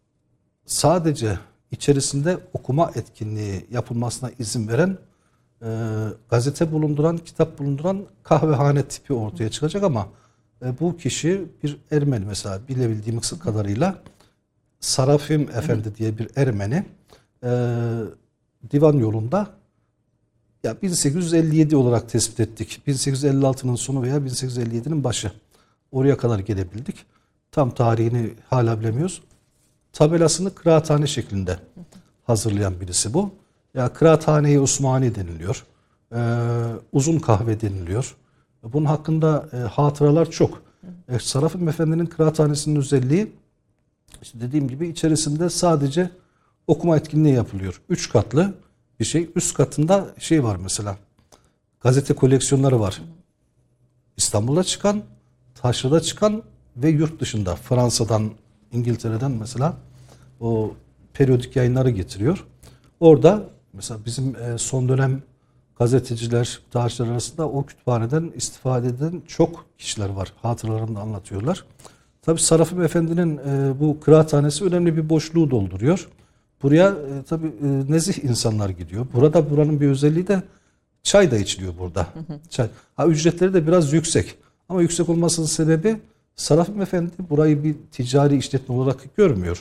sadece içerisinde okuma etkinliği yapılmasına izin veren, e, gazete bulunduran, kitap bulunduran kahvehane tipi ortaya çıkacak ama e, bu kişi bir Ermeni mesela bilebildiğim kadarıyla Sarafim Efendi diye bir Ermeni e, divan yolunda ya bin sekiz yüz elli yedi olarak tespit ettik. bin sekiz yüz elli altının sonu veya bin sekiz yüz elli yedinin başı. Oraya kadar gelebildik. Tam tarihini hala bilemiyoruz. Tabelasını kıraathane şeklinde hazırlayan birisi bu. Ya kıraathane-i Osmani deniliyor. Ee, uzun kahve deniliyor. Bunun hakkında e, hatıralar çok. E, Sarafim Efendi'nin kıraathanesinin özelliği işte dediğim gibi içerisinde sadece okuma etkinliği yapılıyor. Üç katlı bir şey. Üst katında şey var mesela. Gazete koleksiyonları var. İstanbul'da çıkan, Taşra'da çıkan ve yurt dışında Fransa'dan, İngiltere'den mesela o periyodik yayınları getiriyor. Orada mesela bizim son dönem gazeteciler, tarihçiler arasında o kütüphaneden istifade eden çok kişiler var. Hatıralarını anlatıyorlar. Tabii Sarafim Efendi'nin bu kıraathanesi önemli bir boşluğu dolduruyor. Buraya tabii nezih insanlar gidiyor. Burada buranın bir özelliği de çay da içiliyor burada. Hı hı. Çay. Ha, ücretleri de biraz yüksek. Ama yüksek olmasının sebebi Sarafim Efendi burayı bir ticari işletme olarak görmüyor. Hı hı.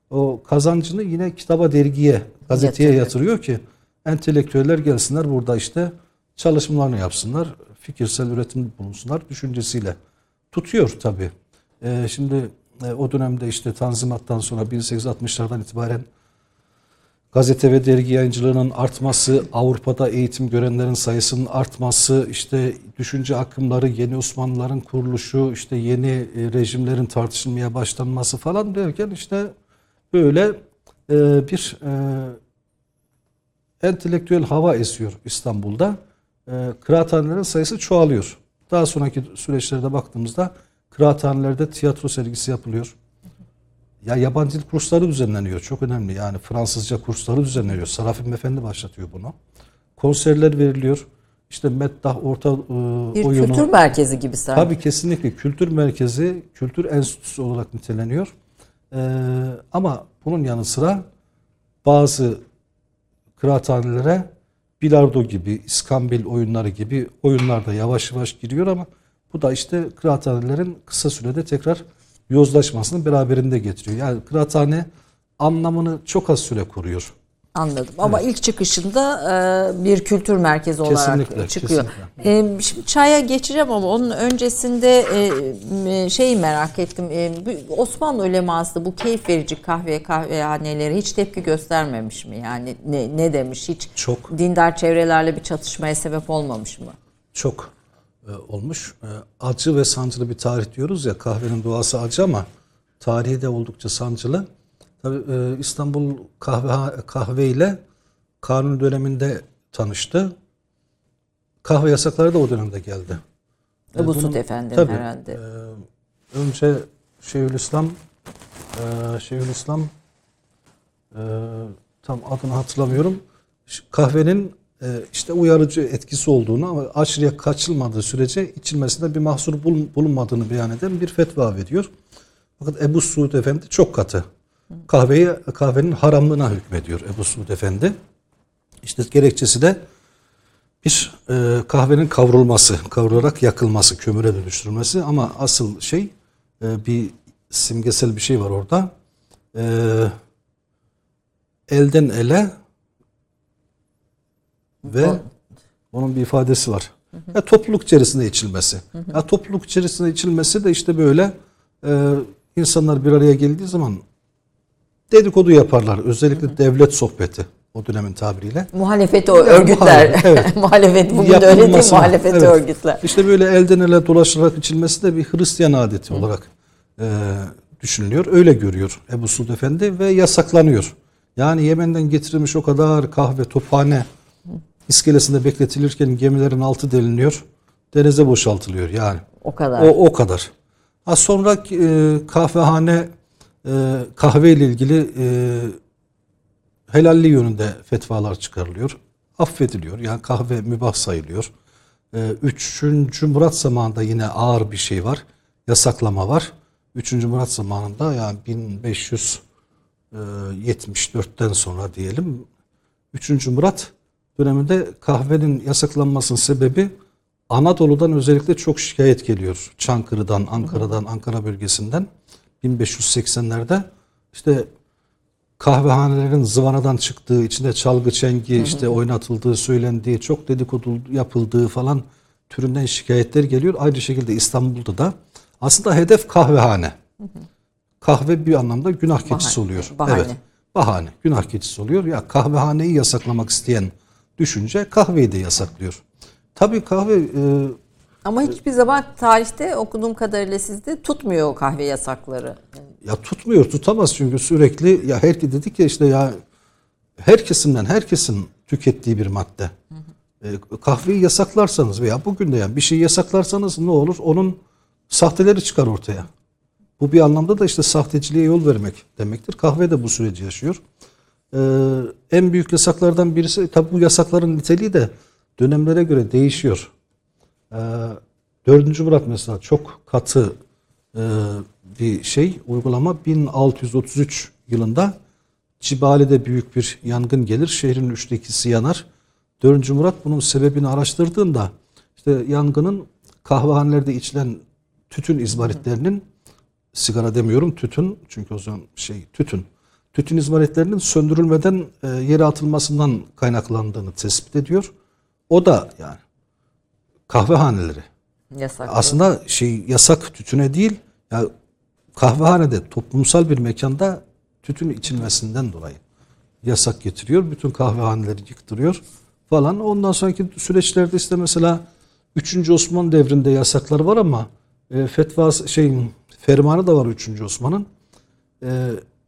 o kazancını yine kitaba, dergiye, gazeteye Yatırıyor. yatırıyor ki entelektüeller gelsinler burada işte çalışmalarını yapsınlar, fikirsel üretimde bulunsunlar düşüncesiyle. Tutuyor tabii. Ee, şimdi e, o dönemde işte Tanzimat'tan sonra bin sekiz yüz altmışlardan itibaren gazete ve dergi yayıncılığının artması, Avrupa'da eğitim görenlerin sayısının artması, işte düşünce akımları, yeni Osmanlıların kuruluşu, işte yeni e, rejimlerin tartışılmaya başlanması falan derken işte böyle e, bir e, entelektüel hava esiyor İstanbul'da. E, kıraathanelerin sayısı çoğalıyor. Daha sonraki süreçlerde baktığımızda kıraathanelerde tiyatro sergisi yapılıyor. Ya yabancı dil kursları düzenleniyor. Çok önemli. Yani Fransızca kursları düzenleniyor. Sarafim Efendi başlatıyor bunu. Konserler veriliyor. İşte meddah, orta e, Bir oyunu. kültür merkezi gibi sanki. Tabii kesinlikle kültür merkezi, kültür enstitüsü olarak niteleniyor. Ee, ama bunun yanı sıra bazı kıraathanelere bilardo gibi, iskambil oyunları gibi oyunlar da yavaş yavaş giriyor ama bu da işte kıraathanelerin kısa sürede tekrar yozlaşmasını beraberinde getiriyor. Yani kıraathane anlamını çok az süre koruyor. Anladım. Ama ilk çıkışında e, bir kültür merkezi olarak Kesinlikle, çıkıyor. kesinlikle. E, şimdi çaya geçeceğim ama onun öncesinde e, şeyi merak ettim. E, bu Osmanlı uleması bu keyif verici kahve kahvehaneleri hiç tepki göstermemiş mi? Yani ne, ne demiş? Hiç Çok. dindar çevrelerle bir çatışmaya sebep olmamış mı? Çok e, olmuş. E, acı ve sancılı bir tarih diyoruz ya, kahvenin doğası acı ama tarihi de oldukça sancılı. Tabii e, İstanbul kahve kahve ile Kanuni döneminde tanıştı. Kahve yasakları da o dönemde geldi. Ebu Bunun- Suud Efendi'nin tabii, herhalde. e, önce Şeyhülislam e, Şeyhülislam e, tam adını hatırlamıyorum. Ş- Kahvenin e, işte uyarıcı etkisi olduğunu ama aşırıya kaçılmadığı sürece içilmesinde bir mahsur bulun- bulunmadığını beyan eden bir fetva veriyor. Fakat Ebu Suud Efendi çok katı. Kahveyi, kahvenin haramlığına hükmediyor Ebu Suud Efendi. İşte gerekçesi de bir e, kahvenin kavrulması, kavrularak yakılması, kömüre dönüştürülmesi ama asıl şey e, bir simgesel bir şey var orada. E, elden ele ve onun bir ifadesi var. Ya topluluk içerisinde içilmesi. Ya topluluk içerisinde içilmesi de işte böyle e, insanlar bir araya geldiği zaman dedikodu yaparlar. Özellikle hı hı. devlet sohbeti o dönemin tabiriyle. Muhalefeti o örgütler. Muhalefet, evet. Muhalefet bugün de öyle değil, muhalefeti evet. örgütler. İşte böyle elden ele dolaşarak içilmesi de bir Hristiyan adeti hı. olarak e, düşünülüyor. Öyle görüyor Ebu Suud Efendi ve yasaklanıyor. Yani Yemen'den getirilmiş o kadar kahve, tophane iskelesinde bekletilirken gemilerin altı deliniyor. Denize boşaltılıyor yani. O kadar. O, o kadar. Ha sonra e, kahvehane e, kahve ile ilgili e, helalli yönünde fetvalar çıkarılıyor. Affediliyor. Yani kahve mübah sayılıyor. E, Üçüncü Murat zamanında yine ağır bir şey var. Yasaklama var. Üçüncü Murat zamanında yani bin beş yüz yetmiş dörtten sonra diyelim. Üçüncü Murat döneminde kahvenin yasaklanmasının sebebi Anadolu'dan özellikle çok şikayet geliyor. Çankırı'dan, Ankara'dan, Ankara bölgesinden bin beş yüz seksenlerde işte kahvehanelerin zıvanadan çıktığı, içinde çalgı çengi hı hı. işte oynatıldığı söylendiği, çok dedikodu yapıldığı falan türünden şikayetler geliyor. Aynı şekilde İstanbul'da da aslında hedef kahvehane. Hı hı. Kahve bir anlamda günah bahane, keçisi oluyor. Bahane. Evet. Bahane, günah keçisi oluyor. Ya kahvehaneyi yasaklamak isteyen düşünce kahveyi de yasaklıyor. Tabii kahve e, ama hiçbir zaman tarihte okuduğum kadarıyla sizde tutmuyor o kahve yasakları. Ya tutmuyor, tutamaz çünkü sürekli ya herkes dedik ya işte ya her kesimden herkesin tükettiği bir madde. Hı hı. E, kahveyi yasaklarsanız veya bugün de yani bir şey yasaklarsanız ne olur? Onun sahteleri çıkar ortaya. Bu bir anlamda da işte sahteciliğe yol vermek demektir. Kahve de bu süreci yaşıyor. Ee, en büyük yasaklardan birisi, tabi bu yasakların niteliği de dönemlere göre değişiyor. Ee, Dördüncü Murat mesela çok katı e, bir şey, uygulama. bin altı yüz otuz üç yılında Cibali'de büyük bir yangın gelir. Şehrin üçte ikisi yanar. Dördüncü Murat bunun sebebini araştırdığında işte yangının kahvehanelerde içilen tütün izmaritlerinin, sigara demiyorum, tütün, çünkü o zaman şey tütün tütün izmaritlerinin söndürülmeden e, yere atılmasından kaynaklandığını tespit ediyor. O da yani kahvehaneleri. Yasak. Aslında şey yasak tütüne değil, ya kahvehanede toplumsal bir mekanda tütün içilmesinden dolayı yasak getiriyor. Bütün kahvehaneleri yıktırıyor falan. Ondan sonraki süreçlerde işte mesela üçüncü Osman devrinde yasaklar var ama e, fetva şey fermanı da var üçüncü Osman'ın. E,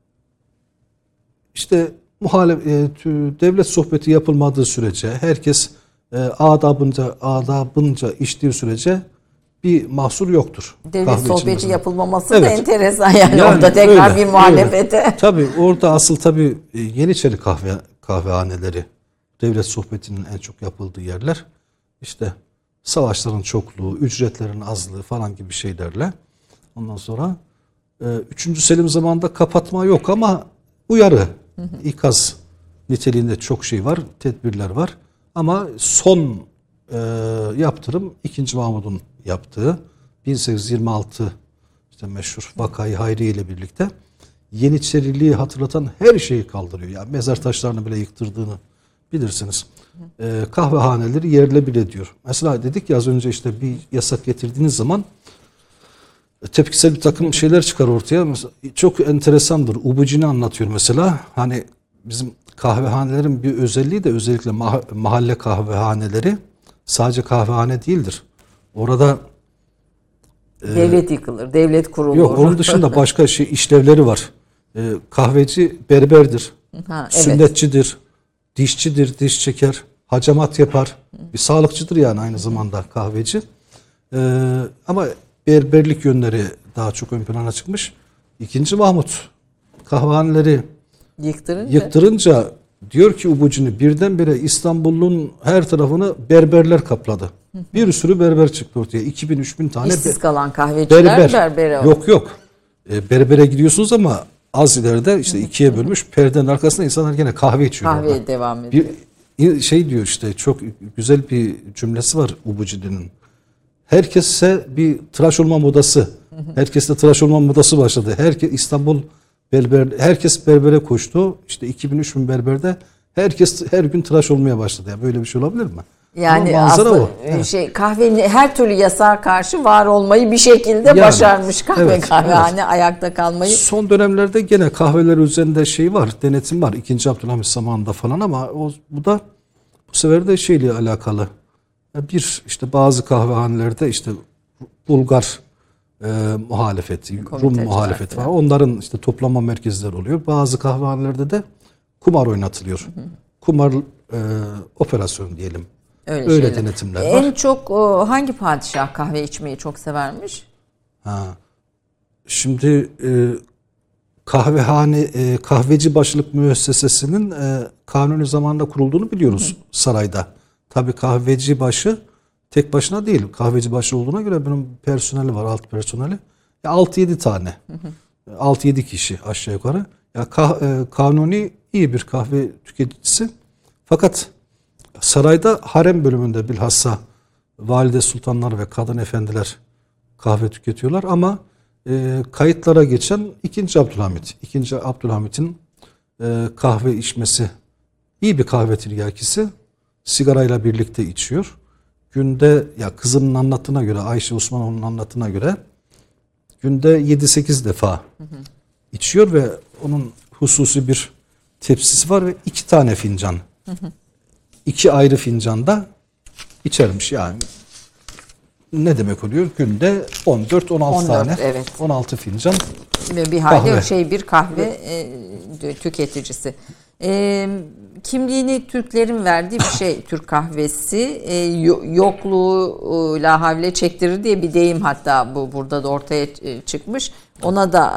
işte muhalef e, devlet sohbeti yapılmadığı sürece, herkes e, adabınca adabınca içtiği sürece bir mahsur yoktur. Devlet Kahve sohbeti içilmesine. yapılmaması Evet. da enteresan yani, Yani orada tekrar öyle, bir muhalefete. öyle. Tabii orada asıl tabii e, Yeniçeri kahve kahvehaneleri devlet sohbetinin en çok yapıldığı yerler. İşte savaşların çokluğu, ücretlerin azlığı falan gibi şeylerle. Ondan sonra e, üçüncü Selim zamanında kapatma yok ama uyarı, ikaz niteliğinde çok şey var, tedbirler var. Ama son e, yaptırım ikinci Mahmud'un yaptığı bin sekiz yüz yirmi altı işte meşhur Vakayı Hayriye ile birlikte Yeniçeriliği hatırlatan her şeyi kaldırıyor. Yani mezar taşlarını bile yıktırdığını bilirsiniz. E, kahvehaneleri yerle bir ediyor. Mesela dedik ya az önce, işte bir yasak getirdiğiniz zaman tepkisel bir takım şeyler çıkar ortaya. Mesela çok enteresandır. Ubucini anlatıyor mesela. Hani bizim kahvehanelerin bir özelliği de özellikle mah- mahalle kahvehaneleri sadece kahvehane değildir. Orada Devlet yıkılır, devlet kurulur. yok, onun dışında başka şey işlevleri var. E, kahveci berberdir, Ha, evet. sünnetçidir, dişçidir, diş çeker, hacamat yapar. Bir sağlıkçıdır yani aynı zamanda kahveci. E, ama berberlik yönleri daha çok ön plana çıkmış. İkinci Mahmut kahvehaneleri Yıktırınca. yıktırınca diyor ki Ubucini, birdenbire İstanbul'un her tarafını berberler kapladı. Bir sürü berber çıktı ortaya. iki bin üç bin tane İşsiz be- kalan kahveciler berber. berbere oldu. Yok yok. E, berbere gidiyorsunuz ama az ileride işte ikiye bölmüş perdenin arkasında insanlar gene kahve içiyor. Kahveye orada. devam ediyor. Bir şey diyor işte, çok güzel bir cümlesi var Ubucini'nin. Herkese bir tıraş olma modası. Herkeste tıraş olma modası başladı. Herkes İstanbul berber, herkes berbere koştu. İşte iki bin üç bin berberde herkes her gün tıraş olmaya başladı. Yani böyle bir şey olabilir mi? Yani Ama manzara aslında o. Evet. şey, kahvenin her türlü yasağa karşı var olmayı bir şekilde Yani, başarmış kahve evet, kahvehane, evet. ayakta kalmayı. Son dönemlerde gene kahveler üzerinde şey var, denetim var. İkinci Abdülhamit zamanında falan ama o, bu da bu sefer de şeyle alakalı. Bir işte bazı kahvehanelerde işte Bulgar e, muhalefeti, Rum Komiteciler muhalefeti var. falan. Onların işte toplama merkezleri oluyor. Bazı kahvehanelerde de kumar oynatılıyor. Hı hı. Kumar e, operasyon diyelim. Öyle, Öyle şeyler. denetimler En var. çok o, hangi padişah kahve içmeyi çok severmiş? Ha. Şimdi e, kahvehane e, kahveci başlık müessesesinin e, kanuni zamanında kurulduğunu biliyoruz hı hı. sarayda. Tabii kahveci başı tek başına değil. Kahveci başı olduğuna göre bunun personeli var, alt personeli. Ya altı yedi tane. Hı hı. altı yedi kişi aşağı yukarı. Ya kah, e, kanuni iyi bir kahve tüketicisi. Fakat sarayda harem bölümünde bilhassa valide sultanlar ve kadın efendiler kahve tüketiyorlar ama e, kayıtlara geçen ikinci Abdülhamit. ikinci Abdülhamit'in e, kahve içmesi, iyi bir kahve tiryakisi, sigarayla birlikte içiyor. Günde, ya kızının anlattığına göre, Ayşe Osmanoğlu'nun anlattığına göre günde yedi sekiz defa hı hı. içiyor ve onun hususi bir tepsisi var ve iki tane fincan. Hı hı. İki ayrı fincanda içermiş yani. Ne demek oluyor? Günde on dört on altı on dört, tane. Evet. on altı fincan. Ve bir hayli kahve. şey bir kahve e, tüketicisi. E, kimliğini Türklerin verdiği bir şey Türk kahvesi. E, yokluğu la havle çektirir diye bir deyim hatta bu burada da ortaya çıkmış. Ona da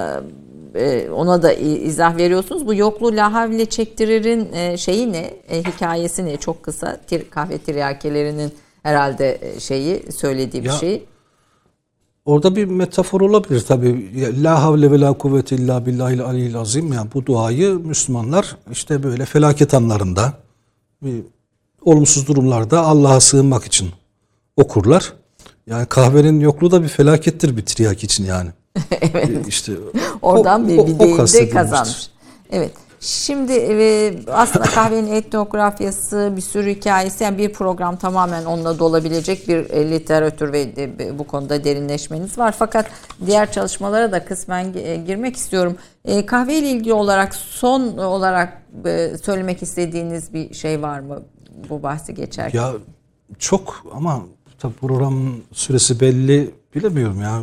e, ona da izah veriyorsunuz. Bu yokluğu la havle çektiririn e, şeyi ne? E, hikayesi ne? Çok kısa. Tir, kahve tiryakelerinin herhalde şeyi söylediği bir ya, şey. Orada bir metafor olabilir tabii. La havle ve la kuvvete illa billahil aliyyil azim. Yani bu duayı Müslümanlar işte böyle felaket anlarında, bir olumsuz durumlarda Allah'a sığınmak için okurlar. Yani kahvenin yokluğu da bir felakettir bir tiryak için yani. Evet. İşte oradan o, bir, o, bir o deyim de kazanmış. Evet. Şimdi e, aslında kahvenin etnografyası, bir sürü hikayesi, yani bir program tamamen onunla dolabilecek bir e, literatür ve e, bu konuda derinleşmeniz var. Fakat diğer çalışmalara da kısmen e, girmek istiyorum. E, kahve ile ilgili olarak son olarak e, söylemek istediğiniz bir şey var mı bu bahsi geçerken? Ya çok, ama tabii program süresi belli, bilemiyorum ya.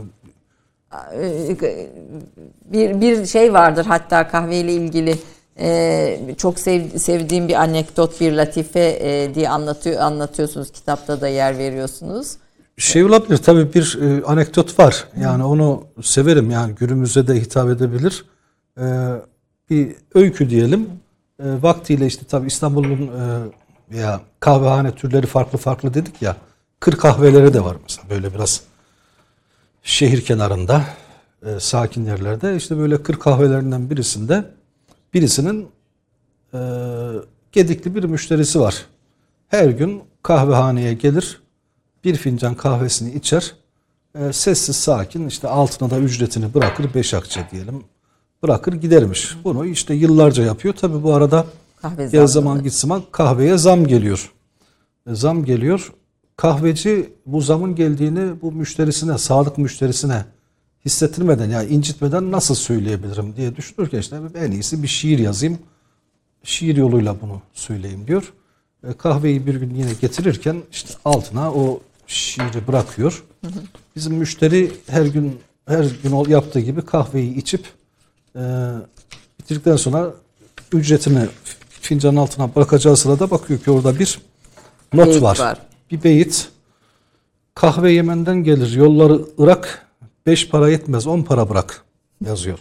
Bir bir şey vardır hatta kahveyle ilgili. Ee, çok sev, sevdiğim bir anekdot, bir latife e, diye anlatıyor anlatıyorsunuz, kitapta da yer veriyorsunuz. Şey olabilir tabii, bir e, anekdot var. Yani Hı. onu severim, yani günümüze de hitap edebilir. E, bir öykü diyelim. E, vaktiyle işte tabii İstanbul'un e, ya kahvehane türleri farklı farklı dedik ya. Kır kahveleri de var mesela, böyle biraz şehir kenarında, e, sakin yerlerde. İşte böyle kır kahvelerinden birisinde birisinin e, gedikli bir müşterisi var. Her gün kahvehaneye gelir, bir fincan kahvesini içer, e, sessiz sakin, işte altına da ücretini bırakır, beş akçe diyelim, bırakır gidermiş. Bunu işte yıllarca yapıyor. Tabii bu arada gel zaman git zaman kahveye zam geliyor. E, zam geliyor. Kahveci bu zamın geldiğini bu müşterisine, sadık müşterisine hissettirmeden, yani incitmeden nasıl söyleyebilirim diye düşünürken işte en iyisi bir şiir yazayım, şiir yoluyla bunu söyleyeyim diyor. E, kahveyi bir gün yine getirirken işte altına o şiiri bırakıyor. Hı hı. Bizim müşteri her gün her gün yaptığı gibi kahveyi içip e, bitirdikten sonra ücretini fincanın altına bırakacağı sırada bakıyor ki orada bir not beyit var. var. Bir beyit. Kahve Yemen'den gelir, yolları Irak, beş para yetmez, on para bırak yazıyor.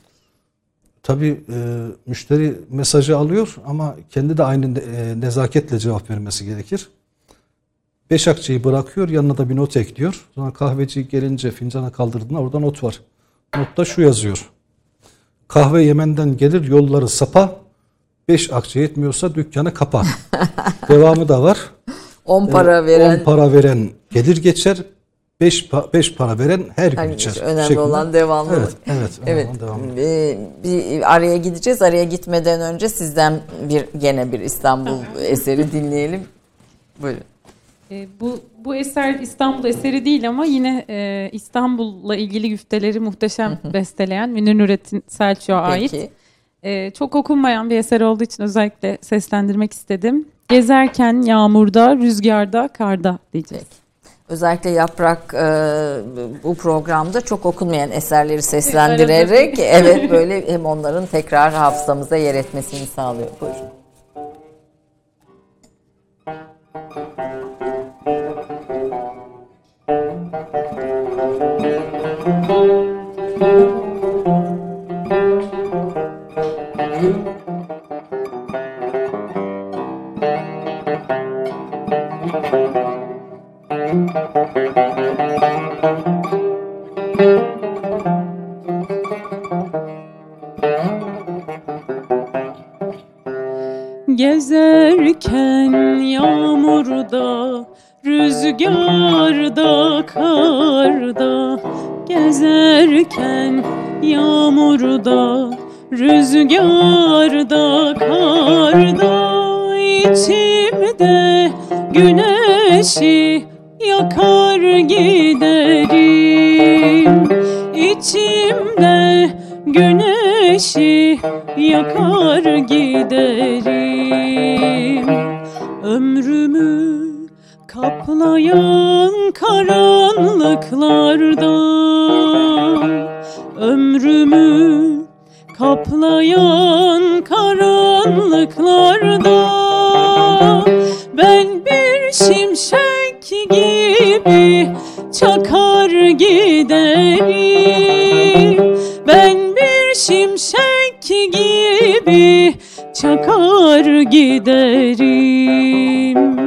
Tabii e, müşteri mesajı alıyor ama kendi de aynı e, nezaketle cevap vermesi gerekir. Beş akçeyi bırakıyor, yanına da bir not ekliyor. Sonra kahveci gelince fincana kaldırdığında orada not var. Notta şu yazıyor: kahve Yemen'den gelir, yolları sapa, beş akçe yetmiyorsa dükkanı kapa. Devamı da var. on para veren. on para veren gelir geçer, beş beş para veren her gün içer. Önemli şeklinde. olan devamlılık. Evet, evet. Evet. Ee, bir araya gideceğiz. Araya gitmeden önce sizden bir gene bir İstanbul eseri dinleyelim. Buyurun. E, bu bu eser İstanbul eseri değil ama yine e, İstanbul'la ilgili güfteleri muhteşem besteleyen Münir Nurettin Selçuk'a ait. E, çok okunmayan bir eser olduğu için özellikle seslendirmek istedim. Gezerken yağmurda, rüzgarda, karda diyeceğiz. Peki. Özellikle Yaprak e, bu programda çok okunmayan eserleri seslendirerek evet böyle hem onların tekrar hafızamıza yer etmesini sağlıyor. Buyurun. Gezerken yağmurda, rüzgarda, karda. Gezerken yağmurda, rüzgarda, karda. İçimde güneşi yakar giderim. İçimde güneşi yakar giderim. Ömrümü kaplayan karanlıklarda, ömrümü kaplayan karanlıklarda ben bir şimşek gibi çakar giderim. Ben bir şimşek gibi çakar giderim.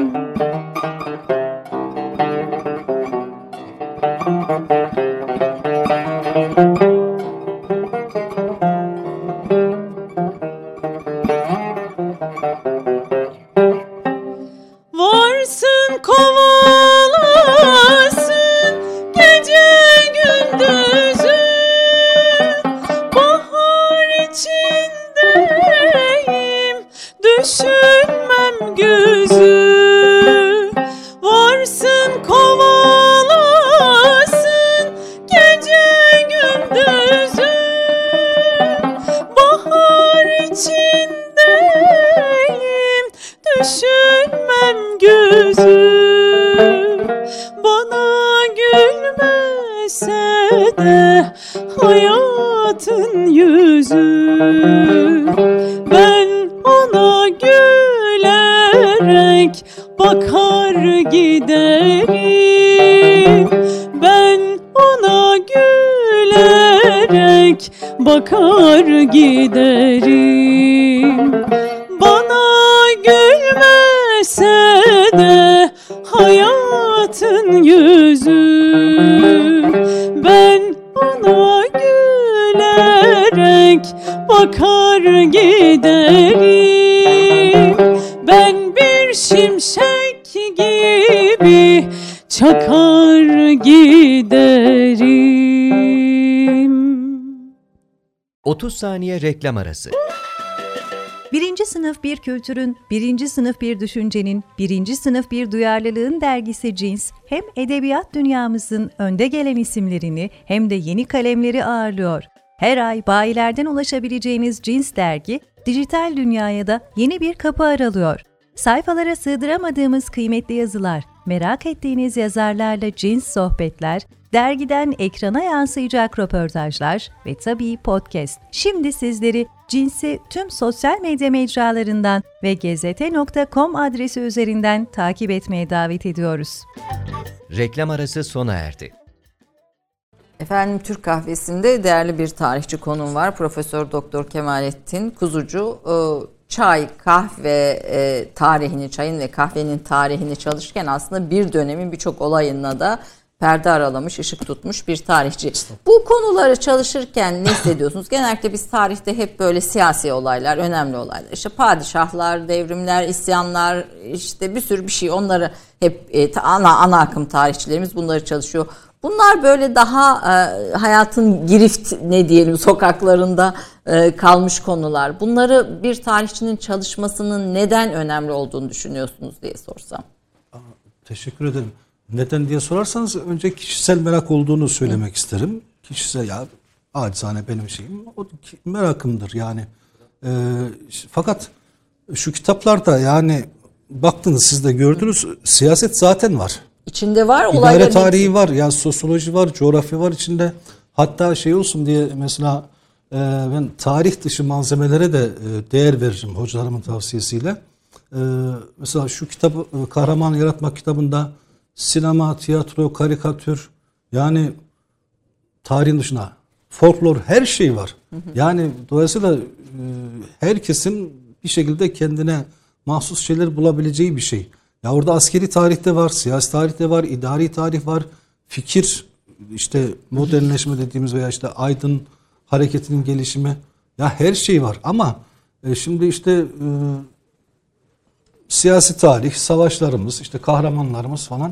Varsın kovalasın gece gündüzü, bahar içinde düşünmem güzü. Varsın kovalasın gece gündüzü. Bahar içindeyim, düşünmem güzü. Bana gülmese de hayatın yüzü. Ben ona gülerek bakar giderim. Ben ona gülerek bakar giderim. Bana gülmese de hayatın yüzü. Ben ona gülerek bakar giderim. Ben bir şimşek gibi çakar giderim. otuz saniye reklam arası. Birinci sınıf bir kültürün, birinci sınıf bir düşüncenin, birinci sınıf bir duyarlılığın dergisi Cins, hem edebiyat dünyamızın önde gelen isimlerini hem de yeni kalemleri ağırlıyor. Her ay bayilerden ulaşabileceğiniz Cins dergi, dijital dünyaya da yeni bir kapı aralıyor. Sayfalara sığdıramadığımız kıymetli yazılar, merak ettiğiniz yazarlarla cins sohbetler, dergiden ekrana yansıyacak röportajlar ve tabii podcast. Şimdi sizleri Cins'i tüm sosyal medya mecralarından ve gezete nokta com adresi üzerinden takip etmeye davet ediyoruz. Reklam arası sona erdi. Efendim, Türk Kahvesi'nde değerli bir tarihçi konuğum var. Profesör Doktor Kemalettin Kuzucu. Çay, kahve e, tarihini, çayın ve kahvenin tarihini çalışırken aslında bir dönemin birçok olayına da perde aralamış, ışık tutmuş bir tarihçi. Bu konuları çalışırken ne hissediyorsunuz? Genellikle biz tarihte hep böyle siyasi olaylar, önemli olaylar. İşte padişahlar, devrimler, isyanlar, işte bir sürü bir şey. Onları hep e, ana ana akım tarihçilerimiz bunları çalışıyor. Bunlar böyle daha e, hayatın girift ne diyelim sokaklarında e, kalmış konular. Bunları bir tarihçinin çalışmasının neden önemli olduğunu düşünüyorsunuz diye sorsam. Teşekkür ederim. Neden diye sorarsanız önce kişisel merak olduğunu söylemek Hı. isterim. Kişisel, ya acizane benim şeyim o merakımdır yani. E, fakat şu kitaplarda yani baktınız, siz de gördünüz, siyaset zaten var. İçinde var, olayların İdare tarihi var, ya sosyoloji var, coğrafya var içinde. Hatta şey olsun diye mesela e, ben tarih dışı malzemelere de e, değer veririm hocalarımın tavsiyesiyle. E, mesela şu kitabı, e, Kahraman Yaratmak kitabında sinema, tiyatro, karikatür, yani tarihin dışına folklor, her şey var. Hı hı. Yani dolayısıyla e, herkesin bir şekilde kendine mahsus şeyler bulabileceği bir şey. Ya orada askeri tarihte var, siyasi tarihte var, idari tarih var, fikir, işte modernleşme dediğimiz veya işte aydın hareketinin gelişimi, ya her şey var. Ama e, şimdi işte e, siyasi tarih, savaşlarımız, işte kahramanlarımız falan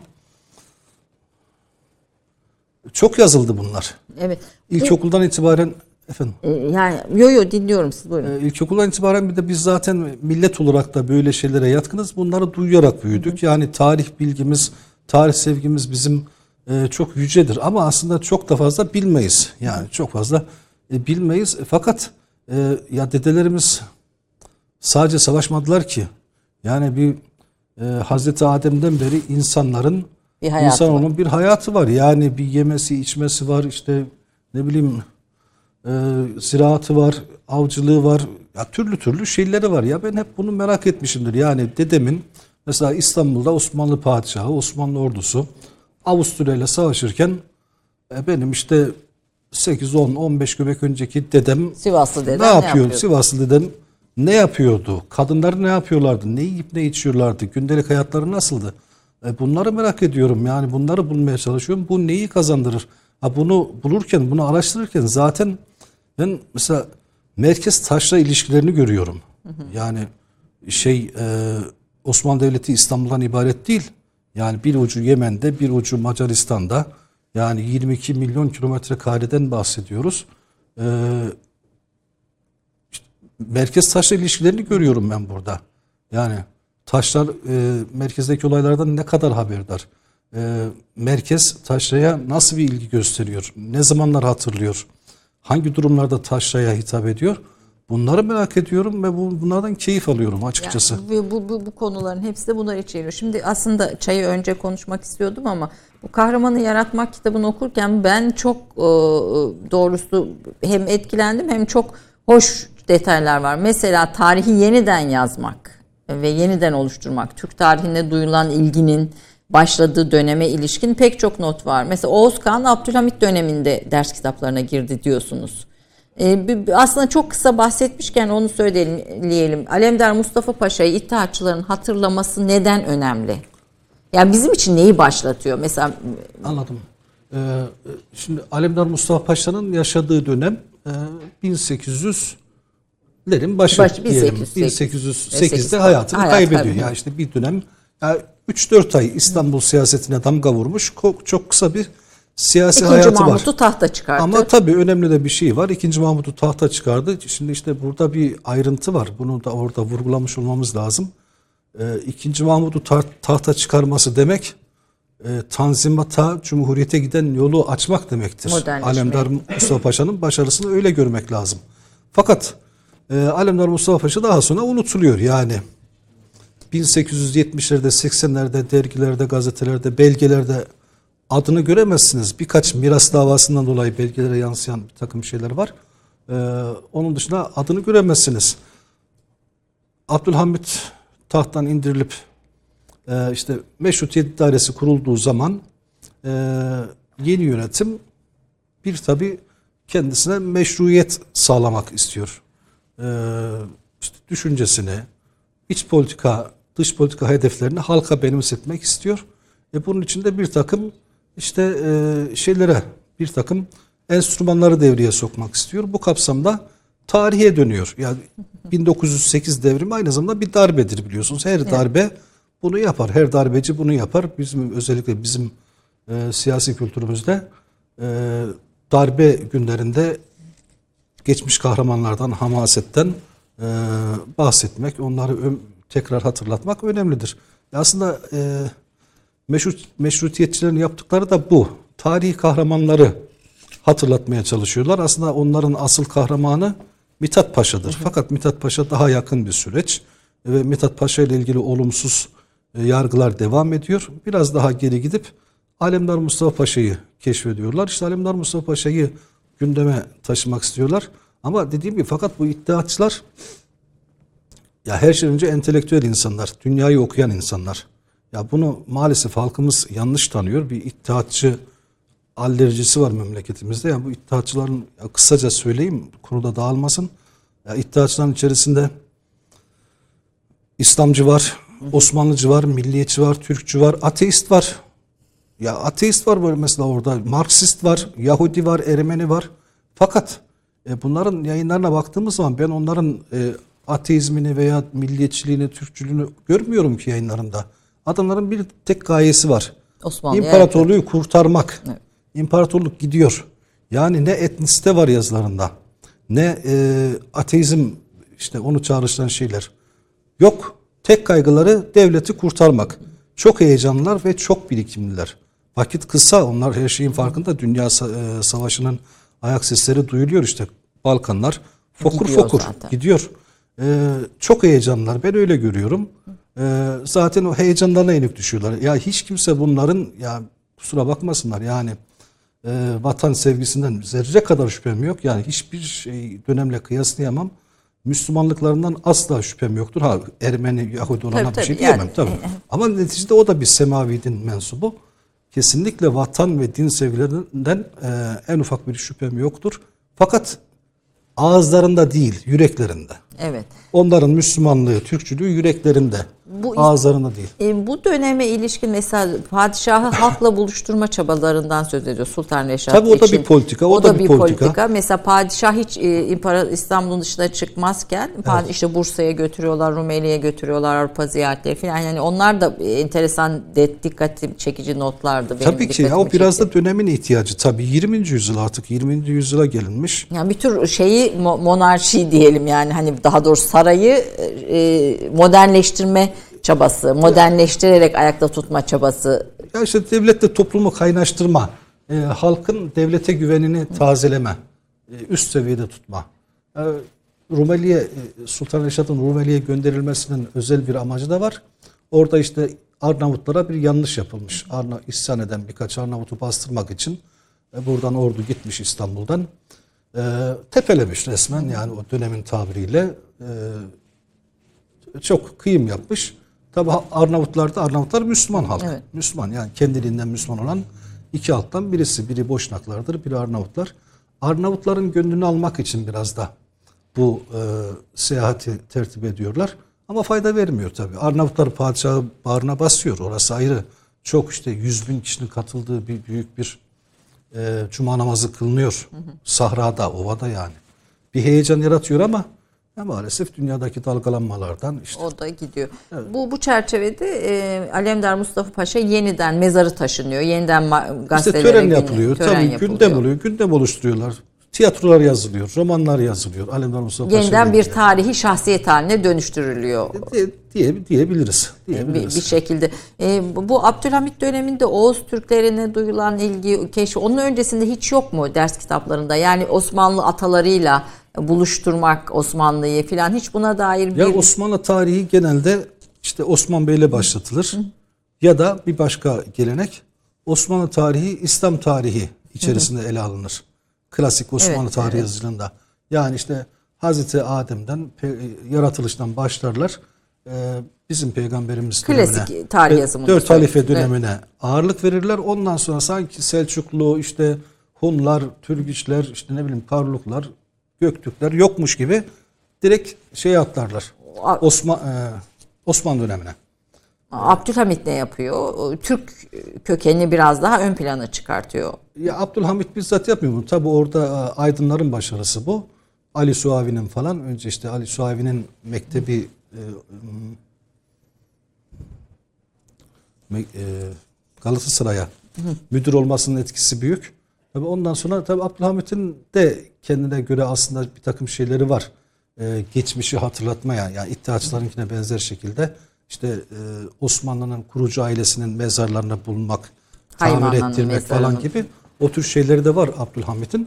çok yazıldı bunlar. Evet. İlkokuldan e, itibaren efendim. E, yani yo yo dinliyorum siz, buyurun. E, ilkokuldan itibaren bir de biz zaten millet olarak da böyle şeylere yatkınız. Bunları duyarak büyüdük. Hı hı. Yani tarih bilgimiz, tarih sevgimiz bizim e, çok yücedir. Ama aslında çok da fazla bilmeyiz. Yani çok fazla e, bilmeyiz. E, fakat e, ya dedelerimiz sadece savaşmadılar ki. Yani bir e, Hazreti Adem'den beri insanların insanoğlunun bir hayatı var. Yani bir yemesi, içmesi var. İşte ne bileyim e, ziraatı var, avcılığı var. Ya türlü türlü şeyleri var. Ya ben hep bunu merak etmişimdir. Yani dedemin mesela İstanbul'da Osmanlı padişahı, Osmanlı ordusu Avusturya ile savaşırken e, benim işte sekiz on on beş göbek önceki dedem Sivaslı dedem ne yapıyor? Ne Sivaslı dedem ne yapıyordu? Kadınlar ne yapıyorlardı? Ne yiyip ne içiyorlardı? Gündelik hayatları nasıldı? E bunları merak ediyorum. Yani bunları bulmaya çalışıyorum. Bu neyi kazandırır? Ha bunu bulurken, bunu araştırırken zaten ben mesela merkez taşla ilişkilerini görüyorum. Hı hı. Yani şey e, Osmanlı Devleti İstanbul'dan ibaret değil. Yani bir ucu Yemen'de, bir ucu Macaristan'da. Yani yirmi iki milyon kilometre kareden bahsediyoruz. E, merkez taşla ilişkilerini görüyorum ben burada. Yani taşlar e, merkezdeki olaylardan ne kadar haberdar? E, merkez taşraya nasıl bir ilgi gösteriyor? Ne zamanlar hatırlıyor? Hangi durumlarda taşraya hitap ediyor? Bunları merak ediyorum ve bu, bunlardan keyif alıyorum açıkçası. Yani bu, bu, bu konuların hepsi de bunlar içeriyor. Şimdi aslında çayı önce konuşmak istiyordum ama bu Kahramanı Yaratmak kitabını okurken ben çok e, doğrusu hem etkilendim hem çok hoş detaylar var. Mesela tarihi yeniden yazmak ve yeniden oluşturmak, Türk tarihine duyulan ilginin başladığı döneme ilişkin pek çok not var. Mesela Oğuz Kağan Abdülhamit döneminde ders kitaplarına girdi diyorsunuz. Ee, aslında çok kısa bahsetmişken onu söyleyelim. Alemdar Mustafa Paşa'yı İttihatçıların hatırlaması neden önemli? Yani bizim için neyi başlatıyor? Mesela anladım. Ee, şimdi Alemdar Mustafa Paşa'nın yaşadığı dönem e, bin sekiz yüzlerin başı Baş, diyelim. bin sekiz yüz sekizde hayatını hayat, kaybediyor. Ya yani işte bir dönem yani üç dört ay İstanbul siyasetine damga vurmuş. Çok, çok kısa bir siyasi İkinci hayatı Mahmut'u var. İkinci Mahmut'u tahta çıkarttı. Ama tabii önemli de bir şey var. İkinci Mahmut'u tahta çıkardı. Şimdi işte burada bir ayrıntı var. Bunu da orada vurgulamış olmamız lazım. Ee, İkinci Mahmut'u ta- tahta çıkarması demek e, Tanzimat'a, Cumhuriyet'e giden yolu açmak demektir. Alemdar Mustafa Paşa'nın başarısını öyle görmek lazım. Fakat e, Alemdar Mustafa Paşa daha sonra unutuluyor. Yani bin sekiz yüz yetmişlerde, seksenlerde dergilerde, gazetelerde, belgelerde adını göremezsiniz. Birkaç miras davasından dolayı belgelere yansıyan bir takım şeyler var. Ee, onun dışında adını göremezsiniz. Abdülhamit tahttan indirilip e, işte Meşrutiyet dairesi kurulduğu zaman e, yeni yönetim bir tabi kendisine meşruiyet sağlamak istiyor. E, işte düşüncesini, iç politika, dış politika hedeflerini halka benimsetmek istiyor. E bunun için de bir takım işte e, şeylere, bir takım enstrümanları devreye sokmak istiyor. Bu kapsamda tarihe dönüyor. Yani bin dokuz yüz sekiz devrimi aynı zamanda bir darbedir biliyorsunuz. Her darbe evet. bunu yapar. Her darbeci bunu yapar. Bizim özellikle bizim e, siyasi kültürümüzde e, darbe günlerinde geçmiş kahramanlardan, hamasetten e, bahsetmek, onları ö- tekrar hatırlatmak önemlidir. Aslında e, meşrut, meşrutiyetçilerin yaptıkları da bu. Tarihi kahramanları hatırlatmaya çalışıyorlar. Aslında onların asıl kahramanı Mithat Paşa'dır. Hı hı. Fakat Mithat Paşa daha yakın bir süreç ve Mithat Paşa ile ilgili olumsuz e, yargılar devam ediyor. Biraz daha geri gidip Alemdar Mustafa Paşa'yı keşfediyorlar. İşte Alemdar Mustafa Paşa'yı gündeme taşımak istiyorlar. Ama dediğim gibi fakat bu iddiatçılar ya her şeyden önce entelektüel insanlar, dünyayı okuyan insanlar. Ya bunu maalesef halkımız yanlış tanıyor. Bir iddiatçı alerjisi var memleketimizde. Yani bu iddiatçıların ya kısaca söyleyeyim, konuda dağılmasın. Ya iddiatçıların içerisinde İslamcı var, Osmanlıcı var, milliyetçi var, Türkçü var, ateist var. Ya ateist var böyle mesela orada, Marksist var, Yahudi var, Ermeni var. Fakat e, bunların yayınlarına baktığımız zaman ben onların e, ateizmini veya milliyetçiliğini, Türkçülüğünü görmüyorum ki yayınlarında. Adamların bir tek gayesi var. Osmanlı'ya İmparatorluğu yakın. kurtarmak. Evet. İmparatorluk gidiyor. Yani ne etnisite var yazılarında, ne e, ateizm, işte onu çağrıştıran şeyler yok. Tek kaygıları devleti kurtarmak. Çok heyecanlılar ve çok birikimliler. Vakit kısa, onlar her şeyin farkında. Dünya e, savaşının ayak sesleri duyuluyor işte. Balkanlar fokur gidiyor fokur zaten. gidiyor. E, çok heyecanlılar. Ben öyle görüyorum. E, zaten o heyecanlarına yenik düşüyorlar. Ya hiç kimse bunların, ya kusura bakmasınlar yani, e, vatan sevgisinden zerre kadar şüphem yok. Yani hiçbir şey dönemle kıyaslayamam. Müslümanlıklarından asla şüphem yoktur. Ha, Ermeni, Yahudi olana tabii, bir şey diyemem yani, tabii. E, Ama neticede o da bir semavi din mensubu. Kesinlikle vatan ve din sevgilerinden e, en ufak bir şüphem yoktur. Fakat ağızlarında değil, yüreklerinde. Evet. Onların Müslümanlığı, Türkçülüğü yüreklerinde. Bu, ağızlarında değil. E, bu döneme ilişkin mesela padişahı halkla buluşturma çabalarından söz ediyor Sultan Reşat Tabii için. Tabii o da bir politika. O, o da, da bir politika. politika. Mesela padişah hiç e, İmpara, İstanbul'un dışına çıkmazken evet. işte Bursa'ya götürüyorlar, Rumeli'ye götürüyorlar, Avrupa ziyaretleri falan. Yani onlar da enteresan, dikkat çekici notlardı. Benim tabii ki ya, o biraz çekti. da dönemin ihtiyacı. Tabii yirminci yüzyıl, artık yirminci yüzyıla gelinmiş. Yani bir tür şeyi monarşi diyelim yani, hani daha doğrusu sarayı e, modernleştirme çabası, modernleştirerek ayakta tutma çabası. Ya işte devletle toplumu kaynaştırma, e, halkın devlete güvenini tazeleme, e, üst seviyede tutma. E, Rumeli'ye, e, Sultan Reşat'ın Rumeli'ye gönderilmesinin özel bir amacı da var. Orada işte Arnavutlara bir yanlış yapılmış. Arna, isyan eden birkaç Arnavut'u bastırmak için e, buradan ordu gitmiş İstanbul'dan. E, tepelemiş resmen, yani o dönemin tabiriyle e, çok kıyım yapmış. Tabi Arnavutlar da Arnavutlar Müslüman halk. Evet. Müslüman, yani kendiliğinden Müslüman olan iki halktan birisi. Biri Boşnaklardır, biri Arnavutlar. Arnavutların gönlünü almak için biraz da bu e, seyahati tertip ediyorlar. Ama fayda vermiyor tabi. Arnavutlar padişahı bağrına basıyor. Orası ayrı. Çok işte yüz bin kişinin katıldığı bir büyük bir e, cuma namazı kılınıyor. Hı hı. Sahrada, ovada yani. Bir heyecan yaratıyor ama ya maalesef dünyadaki dalgalanmalardan işte. O da gidiyor. Evet. Bu bu çerçevede e, Alemdar Mustafa Paşa yeniden mezarı taşınıyor. Yeniden gazetelere işte tören yapılıyor. Tören Tabii yapılıyor. Gündem oluyor. Gündem oluşturuyorlar. Tiyatrolar yazılıyor. Romanlar yazılıyor. Alemdar Mustafa Paşa. Yeniden bir tarihi şahsiyet haline dönüştürülüyor. Diye, diye, diyebiliriz. diyebiliriz. Bir, bir şekilde. E, bu Abdülhamit döneminde Oğuz Türklerine duyulan ilgi, keşfi onun öncesinde hiç yok mu ders kitaplarında? Yani Osmanlı atalarıyla buluşturmak Osmanlı'yı filan, hiç buna dair bir... Ya Osmanlı tarihi genelde işte Osman Bey'le başlatılır. Hı. Ya da bir başka gelenek, Osmanlı tarihi İslam tarihi içerisinde hı hı. ele alınır. Klasik Osmanlı evet, tarihi evet. yazılında. Yani işte Hazreti Adem'den, yaratılıştan başlarlar. Ee, bizim peygamberimiz klasik dönemine, tarih yazımı. Dört halife dönemine evet. ağırlık verirler. Ondan sonra sanki Selçuklu, işte Hunlar, Türgüçler, işte ne bileyim Karluklar, Göktürkler yokmuş gibi direkt şeye atlarlar. Osman e, Osmanlı dönemine. Abdülhamit ne yapıyor? Türk kökenini biraz daha ön plana çıkartıyor. Ya Abdülhamit bizzat yapmıyor bunu. Tabi orada aydınların başarısı bu. Ali Suavi'nin falan, önce işte Ali Suavi'nin mektebi e, e, Galatasaray'a müdür olmasının etkisi büyük. Tabii ondan sonra tabii Abdülhamit'in de kendine göre aslında bir takım şeyleri var. Ee, geçmişi hatırlatmaya, yani İttihatçılarınkine benzer şekilde işte e, Osmanlı'nın kurucu ailesinin mezarlarına bulunmak, tamir ettirmek falan gibi o tür şeyleri de var Abdülhamit'in.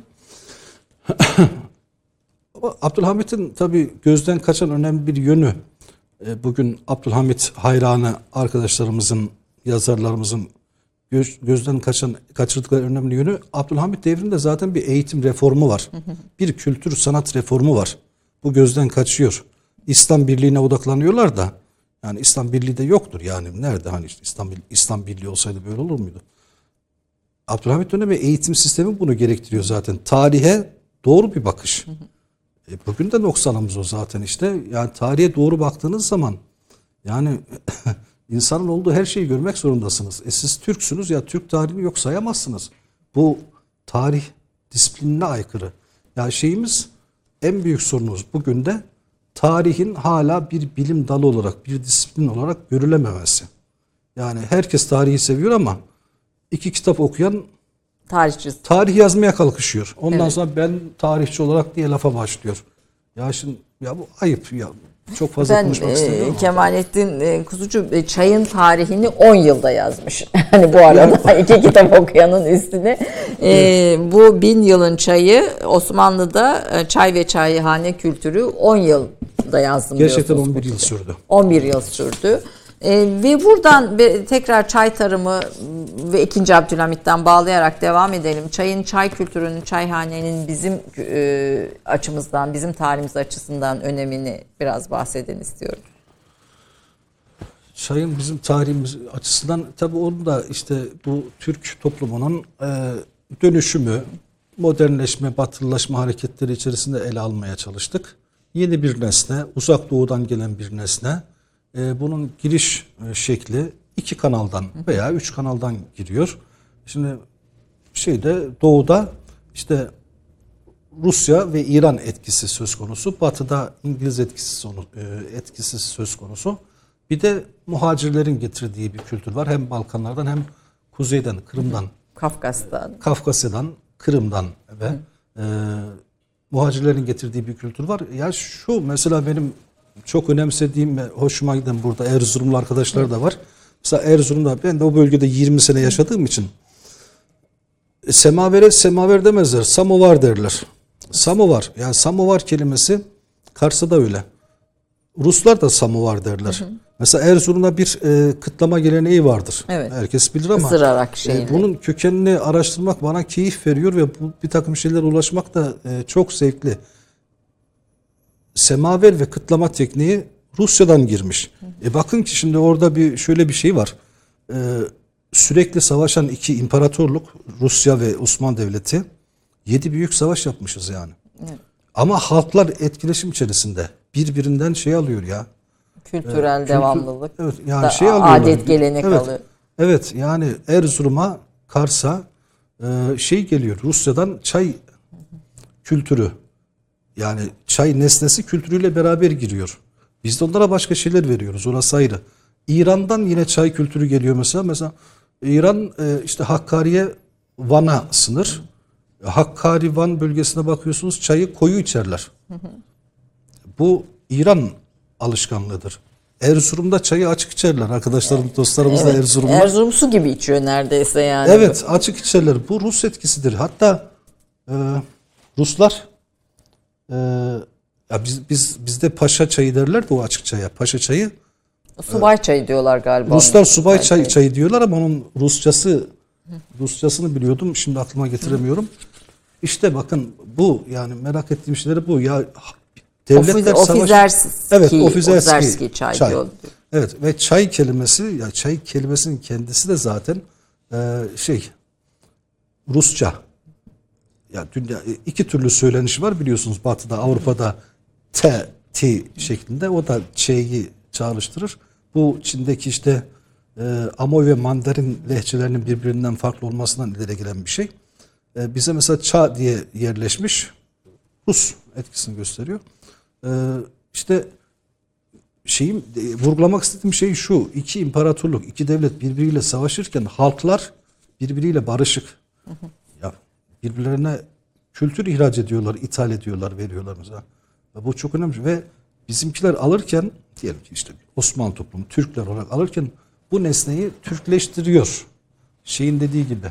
Abdülhamit'in tabii gözden kaçan önemli bir yönü, e, bugün Abdülhamit hayranı arkadaşlarımızın, yazarlarımızın Göz, gözden kaçan, kaçırdıkları önemli yönü, Abdülhamit devrinde zaten bir eğitim reformu var. Hı hı. Bir kültür sanat reformu var. Bu gözden kaçıyor. İslam birliğine odaklanıyorlar da, yani İslam birliği de yoktur. Yani nerede hani işte İslam, İslam birliği olsaydı böyle olur muydu? Abdülhamit dönemi eğitim sistemi bunu gerektiriyor zaten. Tarihe doğru bir bakış. Hı hı. E, bugün de noksanımız o zaten işte. Yani tarihe doğru baktığınız zaman yani İnsanın olduğu her şeyi görmek zorundasınız. E siz Türksünüz, ya Türk tarihini yok sayamazsınız. Bu tarih disiplinine aykırı. Ya şeyimiz, en büyük sorunumuz bugün de tarihin hala bir bilim dalı olarak, bir disiplin olarak görülememesi. Yani herkes tarihi seviyor ama iki kitap okuyan tarihçi, tarih yazmaya kalkışıyor. Ondan evet. sonra ben tarihçi olarak diye lafa başlıyor. Ya şimdi ya bu ayıp ya. Çok fazla ben, konuşmak e, istemiyorum. Kemalettin e, Kuzucu e, çayın tarihini on yılda yazmış. Hani bu arada iki kitap okuyanın üstüne. E, evet. Bu bin yılın çayı, Osmanlı'da e, çay ve çayhane kültürü on yılda yazdım. Gerçekten on bir yıl sürdü. on bir yıl sürdü. E, ve buradan ve tekrar çay tarımı ve ikinci Abdülhamit'ten bağlayarak devam edelim. Çayın, çay kültürünün, çayhanenin bizim e, açımızdan, bizim tarihimiz açısından önemini biraz bahsedin istiyorum. Çayın bizim tarihimiz açısından tabii onu da işte bu Türk toplumunun e, dönüşümü, modernleşme, batılılaşma hareketleri içerisinde ele almaya çalıştık. Yeni bir nesne, uzak doğudan gelen bir nesne. Bunun giriş şekli iki kanaldan veya üç kanaldan giriyor. Şimdi şeyde doğuda işte Rusya ve İran etkisi söz konusu. Batıda İngiliz etkisi, etkisi söz konusu. Bir de muhacirlerin getirdiği bir kültür var. Hem Balkanlardan hem kuzeyden, Kırım'dan, Kafkas'tan, Kafkasya'dan, Kırım'dan ve e, muhacirlerin getirdiği bir kültür var. Ya şu mesela benim çok önemsediğim ve hoşuma giden burada Erzurumlu arkadaşlar da var. Mesela Erzurum'da ben de o bölgede yirmi sene yaşadığım için semavere semaver demezler. Samovar derler. Samovar. Yani samovar kelimesi Kars'ta da öyle. Ruslar da samovar derler. Hı hı. Mesela Erzurum'da bir e, kıtlama geleneği vardır. Evet. Herkes bilir ama e, bunun kökenini araştırmak bana keyif veriyor ve bu, bir takım şeylere ulaşmak da e, çok zevkli. Semaver ve kıtlama tekniği Rusya'dan girmiş. Hı hı. E bakın ki şimdi orada bir şöyle bir şey var. E, sürekli savaşan iki imparatorluk, Rusya ve Osmanlı Devleti, yedi büyük savaş yapmışız yani. Evet. Ama halklar etkileşim içerisinde birbirinden şey alıyor ya. Kültürel ee, devamlılık. Evet, yani şey alıyorlar. Adet gelenek evet, alıyor. Evet, yani Erzurum'a, Kars'a e, şey geliyor. Rusya'dan çay kültürü. Yani çay nesnesi kültürüyle beraber giriyor. Biz de onlara başka şeyler veriyoruz. Orası ayrı. İran'dan yine çay kültürü geliyor mesela. Mesela İran e, işte Hakkari'ye, Van'a sınır. Hakkari, Van bölgesine bakıyorsunuz, çayı koyu içerler. Hı hı. Bu İran alışkanlığıdır. Erzurum'da çayı açık içerler. Arkadaşlarım, evet. dostlarımız evet. da Erzurum'da. Erzurum su gibi içiyor neredeyse yani. Evet, açık içerler. Bu Rus etkisidir. Hatta e, Ruslar e, ya biz, biz bizde paşa çayı derler de o açık çaya. Paşa çayı. Subay çayı diyorlar galiba. Ruslar subay çayı, çayı, çayı diyorlar ama onun Rusçası Rusçasını biliyordum. Şimdi aklıma getiremiyorum. İşte bakın bu yani merak ettiğim şeyleri bu. Ya devletler Ofiz, savaş... Ofizerski, evet, ofizerski, ofizerski çay, çay. Diyor. Evet ve çay kelimesi ya çay kelimesinin kendisi de zaten e, şey Rusça. Ya dünya iki türlü söylenişi var biliyorsunuz Batı'da, Avrupa'da T, T şeklinde. O da Ç'yi çağrıştırır. Bu Çin'deki işte e, Amoy ve Mandarin lehçelerinin birbirinden farklı olmasından ileri gelen bir şey. E, bize mesela Ça diye yerleşmiş. Rus etkisini gösteriyor. E, işte şeyim e, vurgulamak istediğim şey şu. İki imparatorluk, iki devlet birbiriyle savaşırken halklar birbiriyle barışık. Hı hı. Ya birbirlerine kültür ihraç ediyorlar, ithal ediyorlar, veriyorlar mesela. Bu çok önemli ve bizimkiler alırken diyelim ki işte Osmanlı toplumu, Türkler olarak alırken bu nesneyi Türkleştiriyor. Şeyin dediği gibi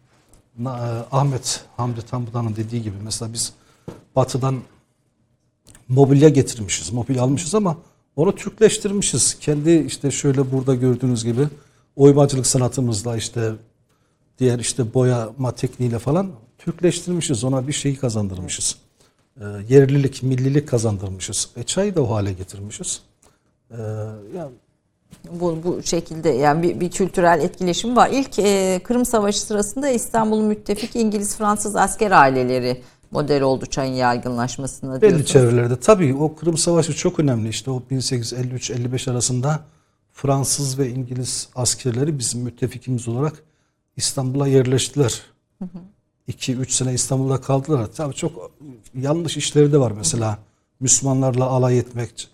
Ahmet Hamdi Tanpınar'ın dediği gibi mesela biz Batı'dan mobilya getirmişiz, mobilya almışız ama onu Türkleştirmişiz. Kendi işte şöyle burada gördüğünüz gibi oymacılık sanatımızla işte diğer işte boyama tekniğiyle falan Türkleştirmişiz. Ona bir şeyi kazandırmışız. E, yerlilik, millilik kazandırmışız. E çayı da o hale getirmişiz. E, yani Bu, bu şekilde yani bir, bir kültürel etkileşim var. İlk e, Kırım Savaşı sırasında İstanbul'un müttefik İngiliz-Fransız asker aileleri model oldu çayın yaygınlaşmasına diyorsunuz. Belli çevrelerde. Tabii o Kırım Savaşı çok önemli. İşte o bin sekiz yüz elli üç elli beş arasında Fransız ve İngiliz askerleri bizim müttefikimiz olarak İstanbul'a yerleştiler. Hı hı. iki üç sene İstanbul'da kaldılar. Tabii çok yanlış işleri de var. Mesela hı hı. Müslümanlarla alay etmek,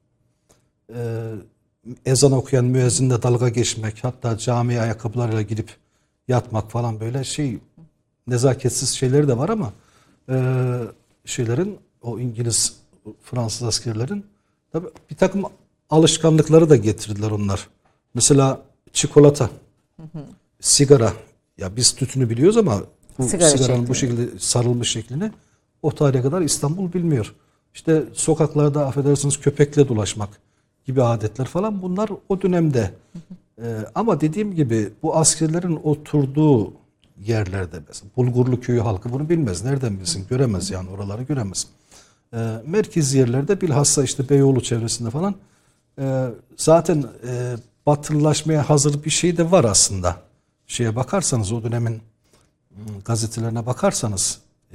e, ezan okuyan müezzinle dalga geçmek, hatta camiye ayakkabılarıyla girip yatmak falan böyle şey nezaketsiz şeyleri de var ama e, şeylerin o İngiliz Fransız askerlerin tabii bir takım alışkanlıkları da getirdiler onlar. Mesela çikolata, hı hı. sigara. Ya biz tütünü biliyoruz ama bu sigara sigaranın şekli. Bu şekilde sarılmış şeklini o tarihe kadar İstanbul bilmiyor. İşte sokaklarda affedersiniz köpekle dolaşmak gibi adetler falan bunlar o dönemde. Ee, ama dediğim gibi bu askerlerin oturduğu yerlerde mesela Bulgurlu köyü halkı bunu bilmez. Nereden bilsin? Göremez yani oraları göremez. Ee, merkezi yerlerde bilhassa işte Beyoğlu çevresinde falan e, zaten e, batılılaşmaya hazır bir şey de var aslında. Şeye bakarsanız o dönemin gazetelerine bakarsanız e,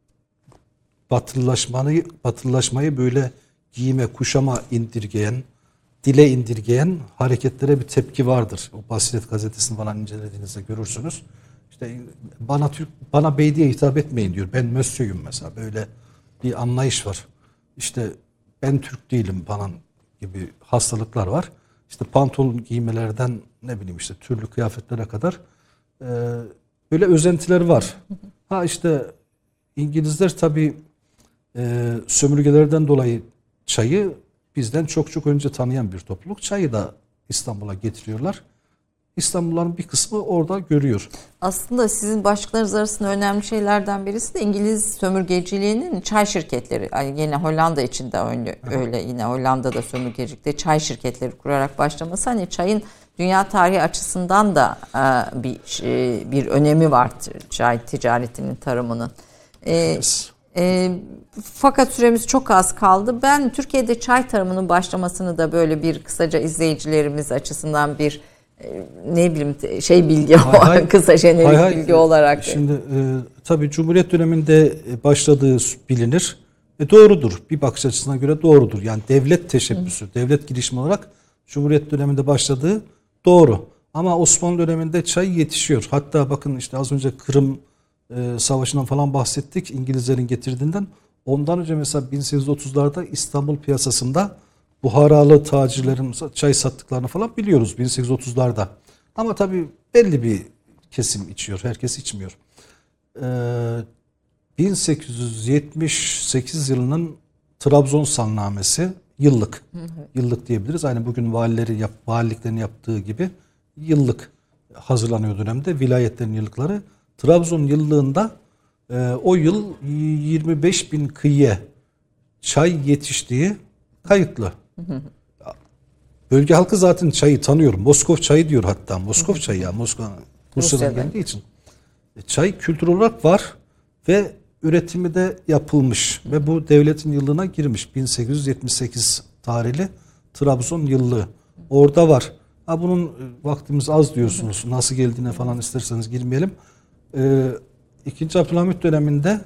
batılılaşmayı, batılılaşmayı böyle giyime, kuşama indirgeyen, dile indirgeyen hareketlere bir tepki vardır. O Basiret gazetesini falan incelediğinizde görürsünüz. İşte bana Türk, bana bey diye hitap etmeyin diyor. Ben Mösyö'yüm mesela. Böyle bir anlayış var. İşte ben Türk değilim falan gibi hastalıklar var. İşte pantolon giymelerden ne bileyim işte türlü kıyafetlere kadar e, böyle özentiler var. Ha işte İngilizler tabii e, sömürgelerden dolayı çayı bizden çok çok önce tanıyan bir topluluk. Çayı da İstanbul'a getiriyorlar. İstanbulluların bir kısmı orada görüyor. Aslında sizin başlıklarınız arasında önemli şeylerden birisi de İngiliz sömürgeciliğinin çay şirketleri. Yani yine Hollanda için de öyle, öyle yine Hollanda'da sömürgecilikte çay şirketleri kurarak başlaması. Hani çayın dünya tarihi açısından da e, bir e, bir önemi var çay ticaretinin, tarımının. E, Yes. E, fakat süremiz çok az kaldı. Ben Türkiye'de çay tarımının başlamasını da böyle bir kısaca izleyicilerimiz açısından bir e, ne bileyim şey bilgi Hay hay. kısa jenerik Hay hay. bilgi olarak. Şimdi e, tabii Cumhuriyet döneminde başladığı bilinir. E, doğrudur. Bir bakış açısına göre doğrudur. Yani devlet teşebbüsü, Hı. devlet girişimi olarak Cumhuriyet döneminde başladığı doğru. Ama Osmanlı döneminde çay yetişiyor. Hatta bakın işte az önce Kırım e, Savaşı'ndan falan bahsettik. İngilizlerin getirdiğinden. Ondan önce mesela bin sekiz yüz otuzlarda İstanbul piyasasında Buharalı tacirlerin çay sattıklarını falan biliyoruz bin sekiz yüz otuzlarda. Ama tabii belli bir kesim içiyor. Herkes içmiyor. Ee, bin sekiz yüz yetmiş sekiz yılının Trabzon Salnamesi yıllık. Hı hı. Yıllık diyebiliriz. Aynı bugün valileri yap, valiliklerin yaptığı gibi yıllık hazırlanıyor dönemde. Vilayetlerin yıllıkları. Trabzon yıllığında e, o yıl yirmi beş bin kıyıya çay yetiştiği kayıtlı. Hı hı. Bölge halkı zaten çayı tanıyor. Moskov çayı diyor hatta. Moskov çayı ya. Moskova Rusya'dan geldiği için. Çay kültür olarak var ve üretimi de yapılmış. Ve bu devletin yıllığına girmiş. bin sekiz yüz yetmiş sekiz tarihli Trabzon yıllığı. Orada var. Ha, bunun vaktimiz az diyorsunuz. Nasıl geldiğine falan isterseniz girmeyelim. Ee, İkinci Abdülhamit döneminde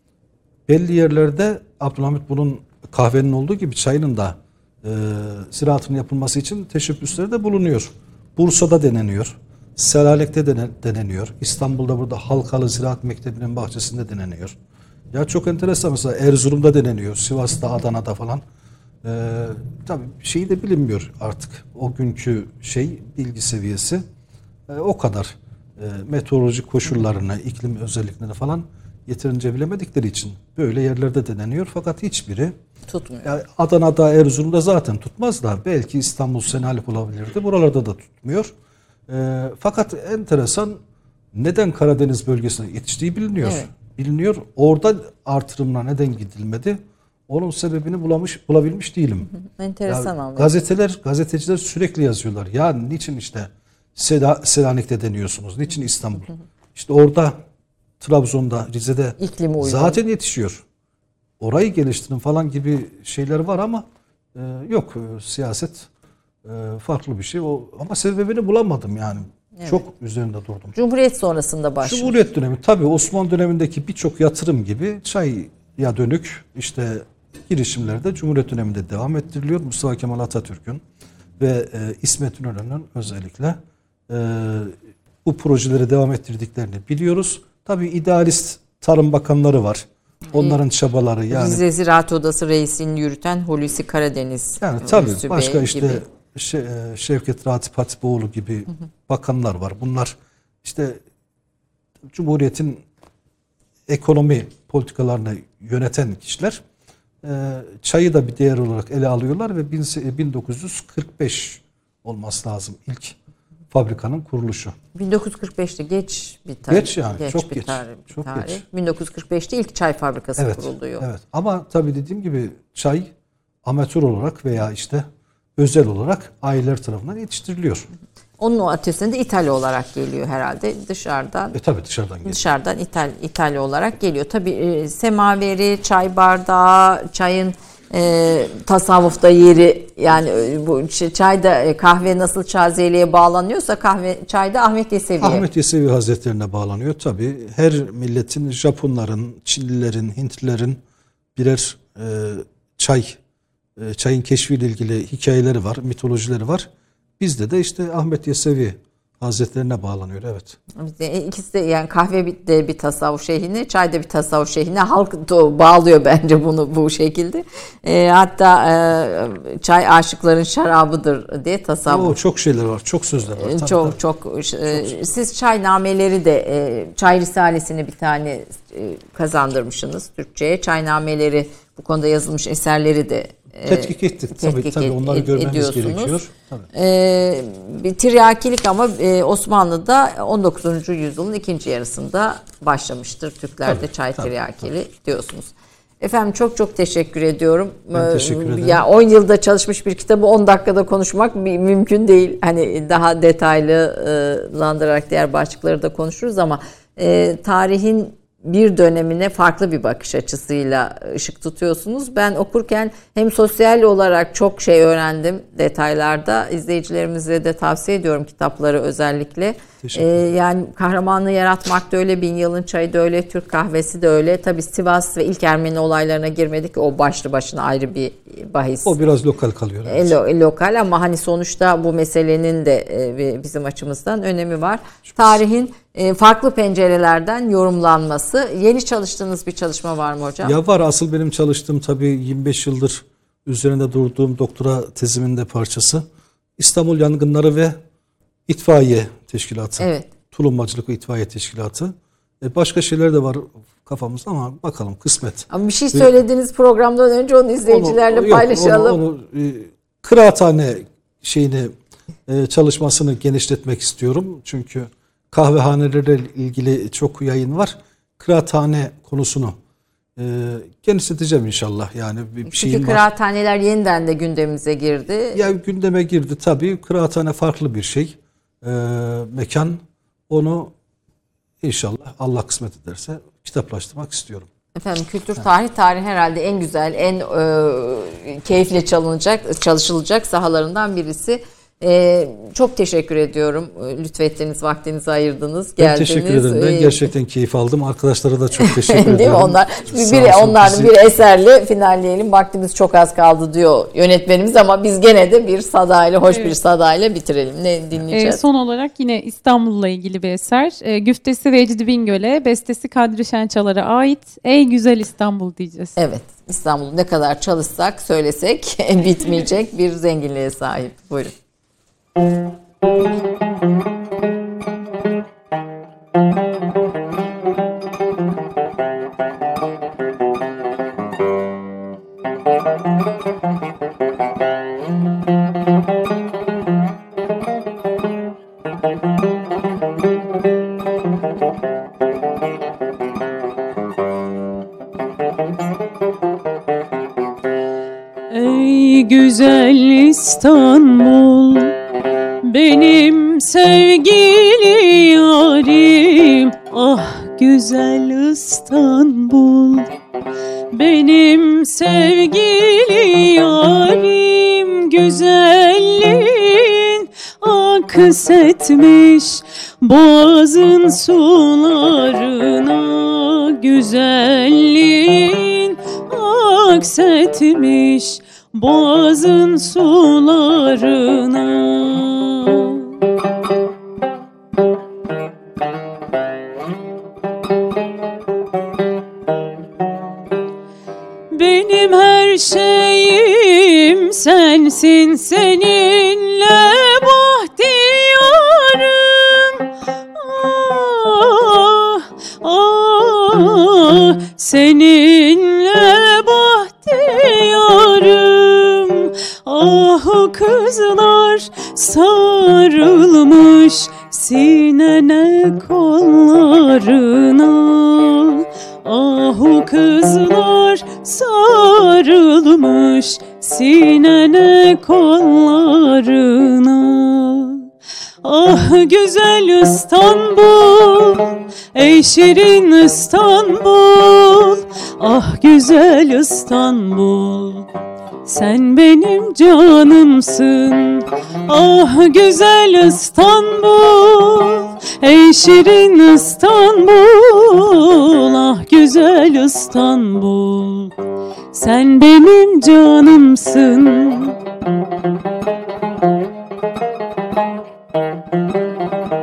belli yerlerde Abdülhamit bunun kahvenin olduğu gibi çayının da e, ziraatının yapılması için teşebbüsleri de bulunuyor. Bursa'da deneniyor. Selalek'te deneniyor. İstanbul'da burada Halkalı Ziraat Mektebi'nin bahçesinde deneniyor. Ya çok enteresan, mesela Erzurum'da deneniyor. Sivas'ta, Adana'da falan. Ee, tabii şeyi de bilinmiyor artık. O günkü şey bilgi seviyesi e, o kadar. E, meteorolojik koşullarını, iklim özelliklerini falan yeterince bilemedikleri için böyle yerlerde deneniyor. Fakat hiçbiri tutmuyor. Yani Adana'da, Erzurum'da zaten tutmaz da belki İstanbul, Senalik olabilirdi. Buralarda da tutmuyor. E, fakat enteresan, neden Karadeniz bölgesine yetiştiği biliniyor. Evet. Biliniyor. Orada artırımına neden gidilmedi? Onun sebebini bulamış, bulabilmiş değilim. Hı hı. Enteresan anladım. Gazeteler, gazeteciler sürekli yazıyorlar. Ya niçin işte Seda, Selanik'te deniyorsunuz? Niçin İstanbul? Hı hı. İşte orada, Trabzon'da, Rize'de zaten yetişiyor. Orayı geliştirin falan gibi şeyler var ama e, yok. E, siyaset e, farklı bir şey. O, ama sebebini bulamadım yani. Evet. Çok üzerinde durdum. Cumhuriyet sonrasında başlıyor. Cumhuriyet dönemi tabii Osmanlı dönemindeki birçok yatırım gibi çaya dönük işte girişimler de Cumhuriyet döneminde devam ettiriliyor. Mustafa Kemal Atatürk'ün ve e, İsmet İnönü'nün özellikle e, bu projeleri devam ettirdiklerini biliyoruz. Tabii idealist tarım bakanları var. Onların çabaları yani. Rize Ziraat Odası reisini yürüten Hulusi Karadeniz. Yani tabii başka işte gibi. Şevket Ratip Hatipoğlu gibi hı hı. bakanlar var. Bunlar işte Cumhuriyet'in ekonomi politikalarını yöneten kişiler. Çayı da bir değer olarak ele alıyorlar ve bin dokuz yüz kırk beş olması lazım ilk fabrikanın kuruluşu. bin dokuz yüz kırk beşte geç bir tarih. Geç yani geç çok bir geç. Tarih, bir çok tarih. geç. bin dokuz yüz kırk beşte ilk çay fabrikası evet, kuruluyor. Evet. Ama tabii dediğim gibi çay amatör olarak veya işte özel olarak aileler tarafından yetiştiriliyor. Onun o ötesinde İtalya olarak geliyor herhalde dışarıdan. E tabii dışarıdan geliyor. Dışarıdan İtal, İtalya olarak geliyor. Tabii e, semaveri, çay bardağı, çayın e, tasavvufta yeri, yani e, bu çayda e, kahve nasıl Şazeli'ye bağlanıyorsa kahve çayda Ahmet Yesevi'ye. Ahmet Yesevi Hazretlerine bağlanıyor. Tabii her milletin, Japonların, Çinlilerin, Hintlilerin birer e, çay çayın keşfiyle ilgili hikayeleri var, mitolojileri var. Bizde de işte Ahmet Yesevi Hazretlerine bağlanıyor, evet. İkisi de yani kahve de bir tasavvuf şeyhine, çay da bir tasavvuf şeyhine. Halk bağlıyor bence bunu bu şekilde. E, hatta e, çay aşıkların şarabıdır diye tasavvuf. O çok şeyler var, çok sözler var. Tabii, çok tabii. çok. E, siz çay nameleri de e, çay risalesini bir tane e, kazandırmışsınız Türkçe'ye. Çay nameleri bu konuda yazılmış eserleri de tetkik ettik. Tabii, tabii onları ed- görmemiz gerekiyor. Tabii. Ee, bir tiryakilik ama e, Osmanlı'da on dokuzuncu yüzyılın ikinci yarısında başlamıştır. Türklerde tabii, çay tabii, tiryakili tabii. diyorsunuz. Efendim çok çok teşekkür ediyorum. Ben teşekkür ederim. Ya on yılda çalışmış bir kitabı on dakikada konuşmak mümkün değil. Hani daha detaylılandırarak diğer başlıkları da konuşuruz ama e, tarihin bir dönemine farklı bir bakış açısıyla ışık tutuyorsunuz. Ben okurken hem sosyal olarak çok şey öğrendim detaylarda. İzleyicilerimize de tavsiye ediyorum kitapları özellikle. Ee, yani kahramanlığı yaratmak da öyle, Bin Yılın Çayı da öyle, Türk kahvesi de öyle. Tabii Sivas ve ilk Ermeni olaylarına girmedik. O başlı başına ayrı bir bahis. O biraz lokal kalıyor. Evet. E, lokal ama hani sonuçta bu meselenin de e, bizim açımızdan önemi var. Çok Tarihin e, farklı pencerelerden yorumlanması. Yeni çalıştığınız bir çalışma var mı hocam? Ya var. Asıl benim çalıştığım tabii yirmi beş yıldır üzerinde durduğum doktora tezimin de parçası. İstanbul Yangınları ve İtfaiye Teşkilatı. Evet. Tulumbacılık ve İtfaiye Teşkilatı. E başka şeyler de var kafamızda ama bakalım kısmet. Ama bir şey söylediğiniz ve programdan önce onu izleyicilerle onu, paylaşalım. Onu, onu, e, kıraathane şeyini e, çalışmasını genişletmek istiyorum. Çünkü kahvehanelerle ilgili çok yayın var. Kıraathane konusunu e, genişleteceğim inşallah. Yani bir Çünkü şeyim kıraathaneler var. Yeniden de gündemimize girdi. Ya gündeme girdi tabii. Kıraathane farklı bir şey. E, mekan. Onu inşallah Allah kısmet ederse kitaplaştırmak istiyorum. Efendim kültür tarih tarih herhalde en güzel, en e, keyifle çalınacak, çalışılacak sahalarından birisi. E, çok teşekkür ediyorum. Lütfettiniz, vaktinizi ayırdınız, geldiniz. Ben teşekkür ederim. Ben gerçekten keyif aldım. Arkadaşlara da çok teşekkür ederim. Değil mi? Onlar, biri, onların bizi... bir eserle finalleyelim. Vaktimiz çok az kaldı diyor yönetmenimiz ama biz gene de bir sadayla, hoş evet. bir sadayla bitirelim. Ne dinleyeceğiz? E, son olarak yine İstanbul'la ilgili bir eser. E, güftesi Vecdi Bingöl'e, bestesi Kadri Şençalar'a ait Ey Güzel İstanbul diyeceğiz. Evet. İstanbul'u ne kadar çalışsak, söylesek bitmeyecek bir zenginliğe sahip. Buyurun. Ey güzel İstanbul, benim sevgili yarim, ah güzel İstanbul, benim sevgili yarim, güzelliğin aksetmiş boğazın sularına, güzelliğin aksetmiş boğazın sularına. Benim her şeyim sensin, seninle bahtiyarım. Ah, ah, seninle bahtiyarım. Ah kızlar sarılmış sinene kollarına. Ah kızlar sarılmış sinene kollarına. Ah güzel İstanbul, ey şirin İstanbul, ah güzel İstanbul, sen benim canımsın. Ah güzel İstanbul, ey şirin İstanbul, ah güzel İstanbul, sen benim canımsın.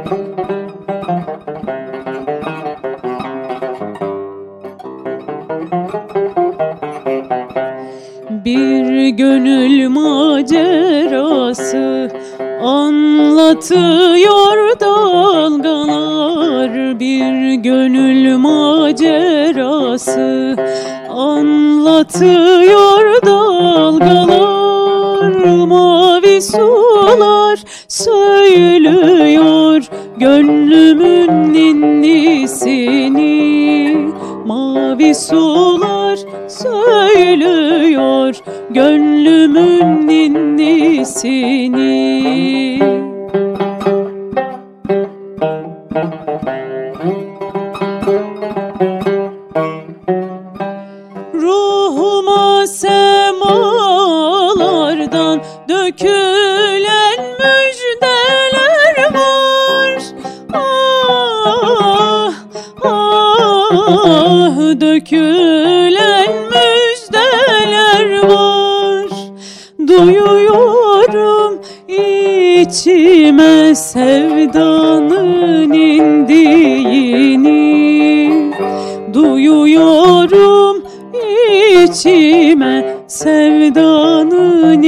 Anlatıyor dalgalar bir gönül macerası. Anlatıyor dalgalar, mavi sular söylüyor gönlümün ninnisini. Mavi sular söylüyor gönlümün ninnisini. Ruhuma semalardan dökülen müjdeler var. Ah, ah, dökülen müjdeler var. Duyuyorum içime sevdanın indiğini. Duyuyorum içime sevdanın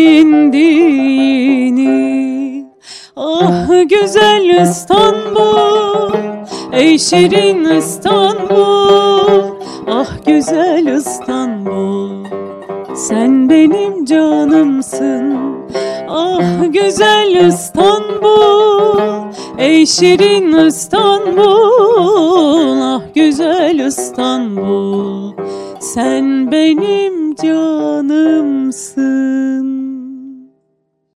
indiğini. Ah güzel İstanbul, ey şirin İstanbul. Ah güzel İstanbul, sen benim canımsın. Ah güzel İstanbul, ey şirin İstanbul. Ah güzel İstanbul, sen benim canımsın.